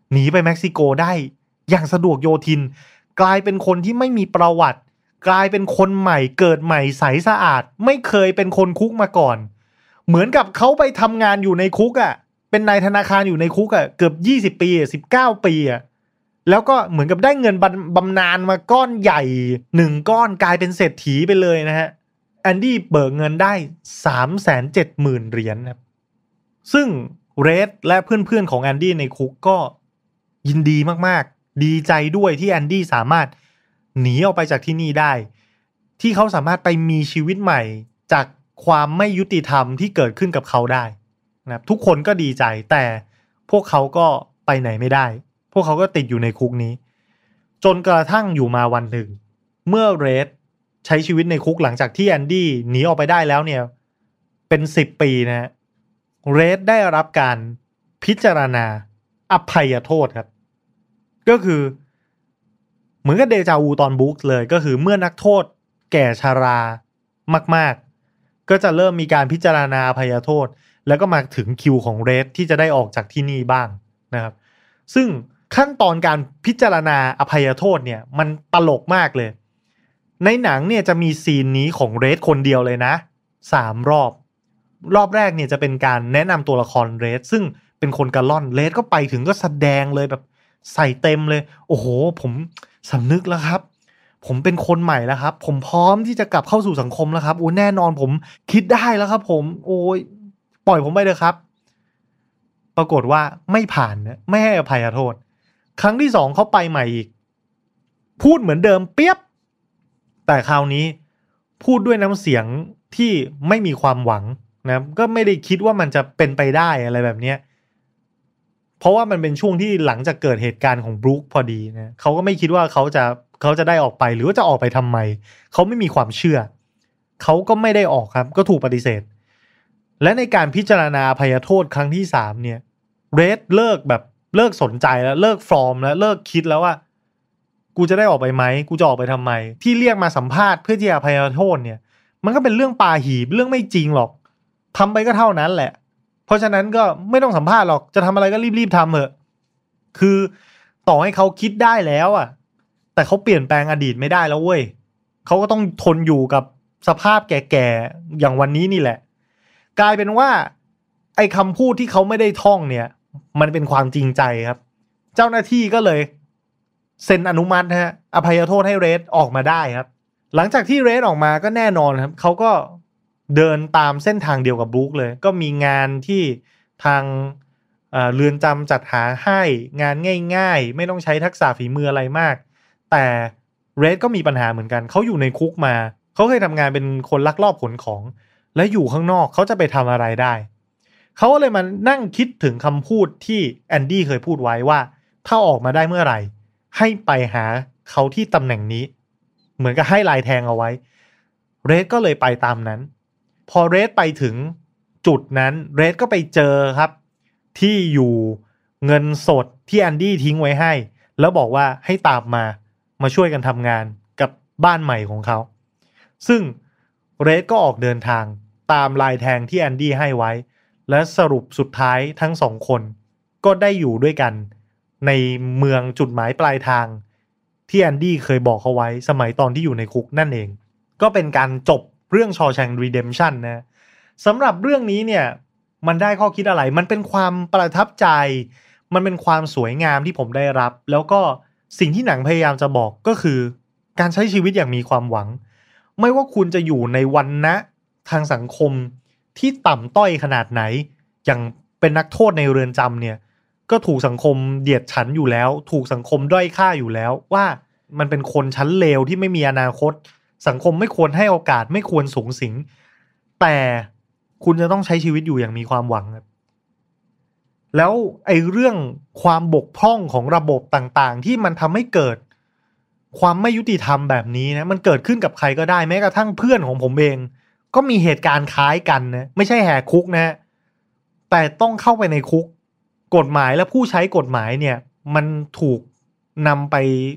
หนีไปเม็กซิโกได้อย่างสะดวกโยทินกลายเป็นคนที่ไม่มีประวัติกลายเป็นคนใหม่เกิดใหม่ใสสะอาดไม่เคยเป็นคนคุกมาก่อนเหมือนกับเขาไปทำงานอยู่ในคุกอ่ะเป็นนายธนาคารอยู่ในคุกอ่ะเกือบยี่สิบปีอ่ะสิบเก้าปีอ่ะแล้วก็เหมือนกับได้เงินบำนาญมาก้อนใหญ่หนึ่งก้อนกลายเป็นเศรษฐีไปเลยนะฮะแอนดี้เบิกเงินได้ สามแสนเจ็ดหมื่น เหรียญครับซึ่งเรดและเพื่อนๆของแอนดี้ในคุกก็ยินดีมากๆดีใจด้วยที่แอนดี้สามารถหนีออกไปจากที่นี่ได้ที่เขาสามารถไปมีชีวิตใหม่จากความไม่ยุติธรรมที่เกิดขึ้นกับเขาได้นะครับทุกคนก็ดีใจแต่พวกเขาก็ไปไหนไม่ได้พวกเขาก็ติดอยู่ในคุกนี้จนกระทั่งอยู่มาวันหนึ่งเมื่อเรดใช้ชีวิตในคุกหลังจากที่แอนดี้หนีออกไปได้แล้วเนี่ยเป็นสิบปีนะฮะเรดได้รับการพิจารณาอภัยโทษครับก็คือเหมือนกับเดจาวูตอนบุ๊กเลยก็คือเมื่อนักโทษแก่ชรามากๆก็จะเริ่มมีการพิจารณาอภัยโทษแล้วก็มาถึงคิวของเรดที่จะได้ออกจากที่นี่บ้างนะครับซึ่งขั้นตอนการพิจารณาอภัยโทษเนี่ยมันตลกมากเลยในหนังเนี่ยจะมีซีนนี้ของเรดคนเดียวเลยนะสามรอบรอบแรกเนี่ยจะเป็นการแนะนำตัวละครเรดซึ่งเป็นคนกะล่อนเรดก็ไปถึงก็แสดงเลยแบบใส่เต็มเลยโอ้โหผมสำนึกแล้วครับผมเป็นคนใหม่แล้วครับผมพร้อมที่จะกลับเข้าสู่สังคมแล้วครับโอ้แน่นอนผมคิดได้แล้วครับผมโอ้ยปล่อยผมไปเถอะครับปรากฏว่าไม่ผ่านนะไม่ให้อภัยโทษครั้งที่สองเขาไปใหม่อีกพูดเหมือนเดิมเปียบแต่คราวนี้พูดด้วยน้ำเสียงที่ไม่มีความหวังนะก็ไม่ได้คิดว่ามันจะเป็นไปได้อะไรแบบนี้เพราะว่ามันเป็นช่วงที่หลังจากเกิดเหตุการณ์ของบรูคพอดีนะเขาก็ไม่คิดว่าเขาจะเขาจะได้ออกไปหรือว่าจะออกไปทำไมเขาไม่มีความเชื่อเขาก็ไม่ได้ออกครับก็ถูกปฏิเสธและในการพิจารณาอภัยโทษครั้งที่สามเนี่ยเรดเลิกแบบเลิกสนใจแล้วเลิกฟอร์มแล้วเลิกคิดแล้วว่ากูจะได้ออกไปไหมกูจะออกไปทำไมที่เรียกมาสัมภาษณ์เพื่อที่จะอภัยโทษเนี่ยมันก็เป็นเรื่องปาหีบเรื่องไม่จริงหรอกทำไปก็เท่านั้นแหละเพราะฉะนั้นก็ไม่ต้องสัมภาษณ์หรอกจะทำอะไรก็รีบๆทำเถอะคือต่อให้เขาคิดได้แล้วอ่ะแต่เขาเปลี่ยนแปลงอดีตไม่ได้แล้วเว้ยเขาก็ต้องทนอยู่กับสภาพแก่ๆอย่างวันนี้นี่แหละกลายเป็นว่าไอ้คำพูดที่เขาไม่ได้ท่องเนี่ยมันเป็นความจริงใจครับเจ้าหน้าที่ก็เลยเซ็นอนุมัติฮะอภัยโทษให้เรดออกมาได้ครับหลังจากที่เรดออกมาก็แน่นอนครับเขาก็เดินตามเส้นทางเดียวกับบรูคเลยก็มีงานที่ทางเรือนจำจัดหาให้งานง่ายๆไม่ต้องใช้ทักษะฝีมืออะไรมากแต่เรดก็มีปัญหาเหมือนกันเขาอยู่ในคุกมาเขาเคยทำงานเป็นคนลักลอบขนของและอยู่ข้างนอกเขาจะไปทำอะไรได้เขาก็เลยมานั่งคิดถึงคำพูดที่แอนดี้เคยพูดไว้ว่าถ้าออกมาได้เมื่อไหร่ให้ไปหาเขาที่ตำแหน่งนี้เหมือนกับให้ลายแทงเอาไว้เรดก็เลยไปตามนั้นพอเรดไปถึงจุดนั้นเรดก็ไปเจอครับที่อยู่เงินสดที่แอนดี้ทิ้งไว้ให้แล้วบอกว่าให้ตามมามาช่วยกันทำงานกับบ้านใหม่ของเขาซึ่งเรดก็ออกเดินทางตามลายแทงที่แอนดี้ให้ไว้และสรุปสุดท้ายทั้งสองคนก็ได้อยู่ด้วยกันในเมืองจุดหมายปลายทางที่แอนดี้เคยบอกเขาไว้สมัยตอนที่อยู่ในคุกนั่นเองก็เป็นการจบเรื่อง Shawshank Redemption นะสำหรับเรื่องนี้เนี่ยมันได้ข้อคิดอะไรมันเป็นความประทับใจมันเป็นความสวยงามที่ผมได้รับแล้วก็สิ่งที่หนังพยายามจะบอกก็คือการใช้ชีวิตอย่างมีความหวังไม่ว่าคุณจะอยู่ในวรรณะทางสังคมที่ต่ำต้อยขนาดไหนอย่างเป็นนักโทษในเรือนจำเนี่ยก็ถูกสังคมเดียดฉันอยู่แล้วถูกสังคมด้อยค่าอยู่แล้วว่ามันเป็นคนชั้นเลวที่ไม่มีอนาคตสังคมไม่ควรให้โอกาสไม่ควรสูงสิงแต่คุณจะต้องใช้ชีวิตอยู่อย่างมีความหวังครับแล้วไอ้เรื่องความบกพร่องของระบบต่างๆที่มันทำให้เกิดความไม่ยุติธรรมแบบนี้นะมันเกิดขึ้นกับใครก็ได้แม้กระทั่งเพื่อนของผมเองก็มีเหตุการณ์คล้ายกันนะไม่ใช่แหกคุกนะแต่ต้องเข้าไปในคุกกฎหมายและผู้ใช้กฎหมายเนี่ยมันถูกนำไป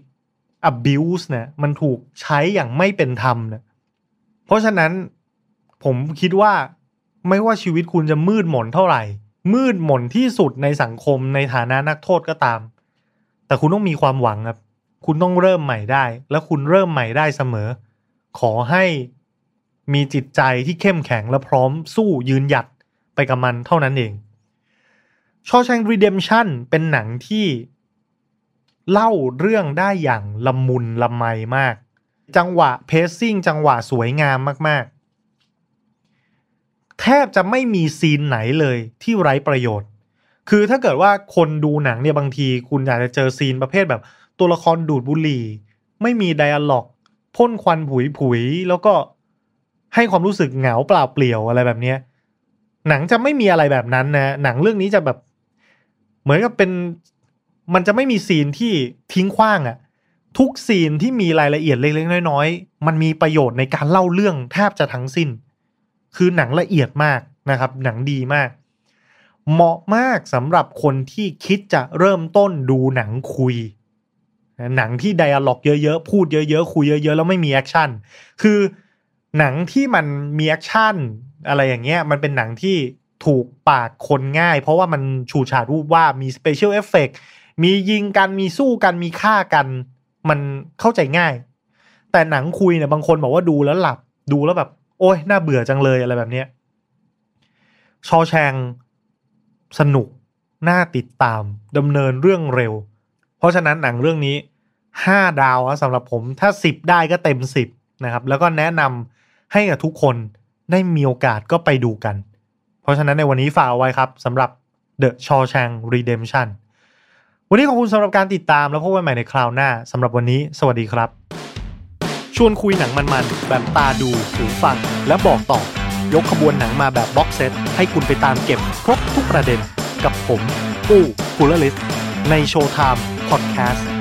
abuse นะมันถูกใช้อย่างไม่เป็นธรรมนะเพราะฉะนั้นผมคิดว่าไม่ว่าชีวิตคุณจะมืดมนเท่าไหร่มืดมนที่สุดในสังคมในฐานะนักโทษก็ตามแต่คุณต้องมีความหวังครับคุณต้องเริ่มใหม่ได้แล้วคุณเริ่มใหม่ได้เสมอขอให้มีจิตใจที่เข้มแข็งและพร้อมสู้ยืนหยัดไปกับมันเท่านั้นเอง Shawshank Redemption เป็นหนังที่เล่าเรื่องได้อย่างละมุนละไมมากจังหวะเพซซิ่งจังหวะสวยงามมากๆแทบจะไม่มีซีนไหนเลยที่ไร้ประโยชน์คือถ้าเกิดว่าคนดูหนังเนี่ยบางทีคุณอาจจะเจอซีนประเภทแบบตัวละครดูดบุหรี่ไม่มีไดอะล็อกพ่นควันผุยๆแล้วก็ให้ความรู้สึกเหงาเปล่าเปลี่ยวอะไรแบบนี้หนังจะไม่มีอะไรแบบนั้นนะหนังเรื่องนี้จะแบบเหมือนกับเป็นมันจะไม่มีซีนที่ทิ้งขว้างอะทุกซีนที่มีรายละเอียดเล็กๆน้อยๆมันมีประโยชน์ในการเล่าเรื่องแทบจะทั้งสิ้นคือหนังละเอียดมากนะครับหนังดีมากเหมาะมากสำหรับคนที่คิดจะเริ่มต้นดูหนังคุยหนังที่ไดอะล็อกเยอะๆพูดเยอะๆคุยเยอะๆแล้วไม่มีแอคชั่นคือหนังที่มันมีแอคชั่นอะไรอย่างเงี้ยมันเป็นหนังที่ถูกปากคนง่ายเพราะว่ามันฉูดฉาดวูบวาบมีสเปเชียลเอฟเฟคมียิงกันมีสู้กันมีฆ่ากันมันเข้าใจง่ายแต่หนังคุยเนี่ยบางคนบอกว่าดูแล้วหลับดูแล้วแบบโอ๊ยน่าเบื่อจังเลยอะไรแบบเนี้ยShawshankสนุกน่าติดตามดำเนินเรื่องเร็วเพราะฉะนั้นหนังเรื่องนี้ห้าดาวสำหรับผมถ้าสิบได้ก็เต็มสิบนะครับแล้วก็แนะนำให้กับทุกคนได้มีโอกาสก็ไปดูกันเพราะฉะนั้นในวันนี้ฝากเอาไว้ครับสำหรับ The Shawshank Redemption วันนี้ขอบคุณสำหรับการติดตามแล้วพบกันใหม่ในคราวหน้าสำหรับวันนี้สวัสดีครับชวนคุยหนังมันๆแบบตาดูหูฟังและบอกต่อยกขบวนหนังมาแบบบ็อกเซตให้คุณไปตามเก็บครบทุกประเด็นกับผมปู้ Coolerist ใน Showtime Podcast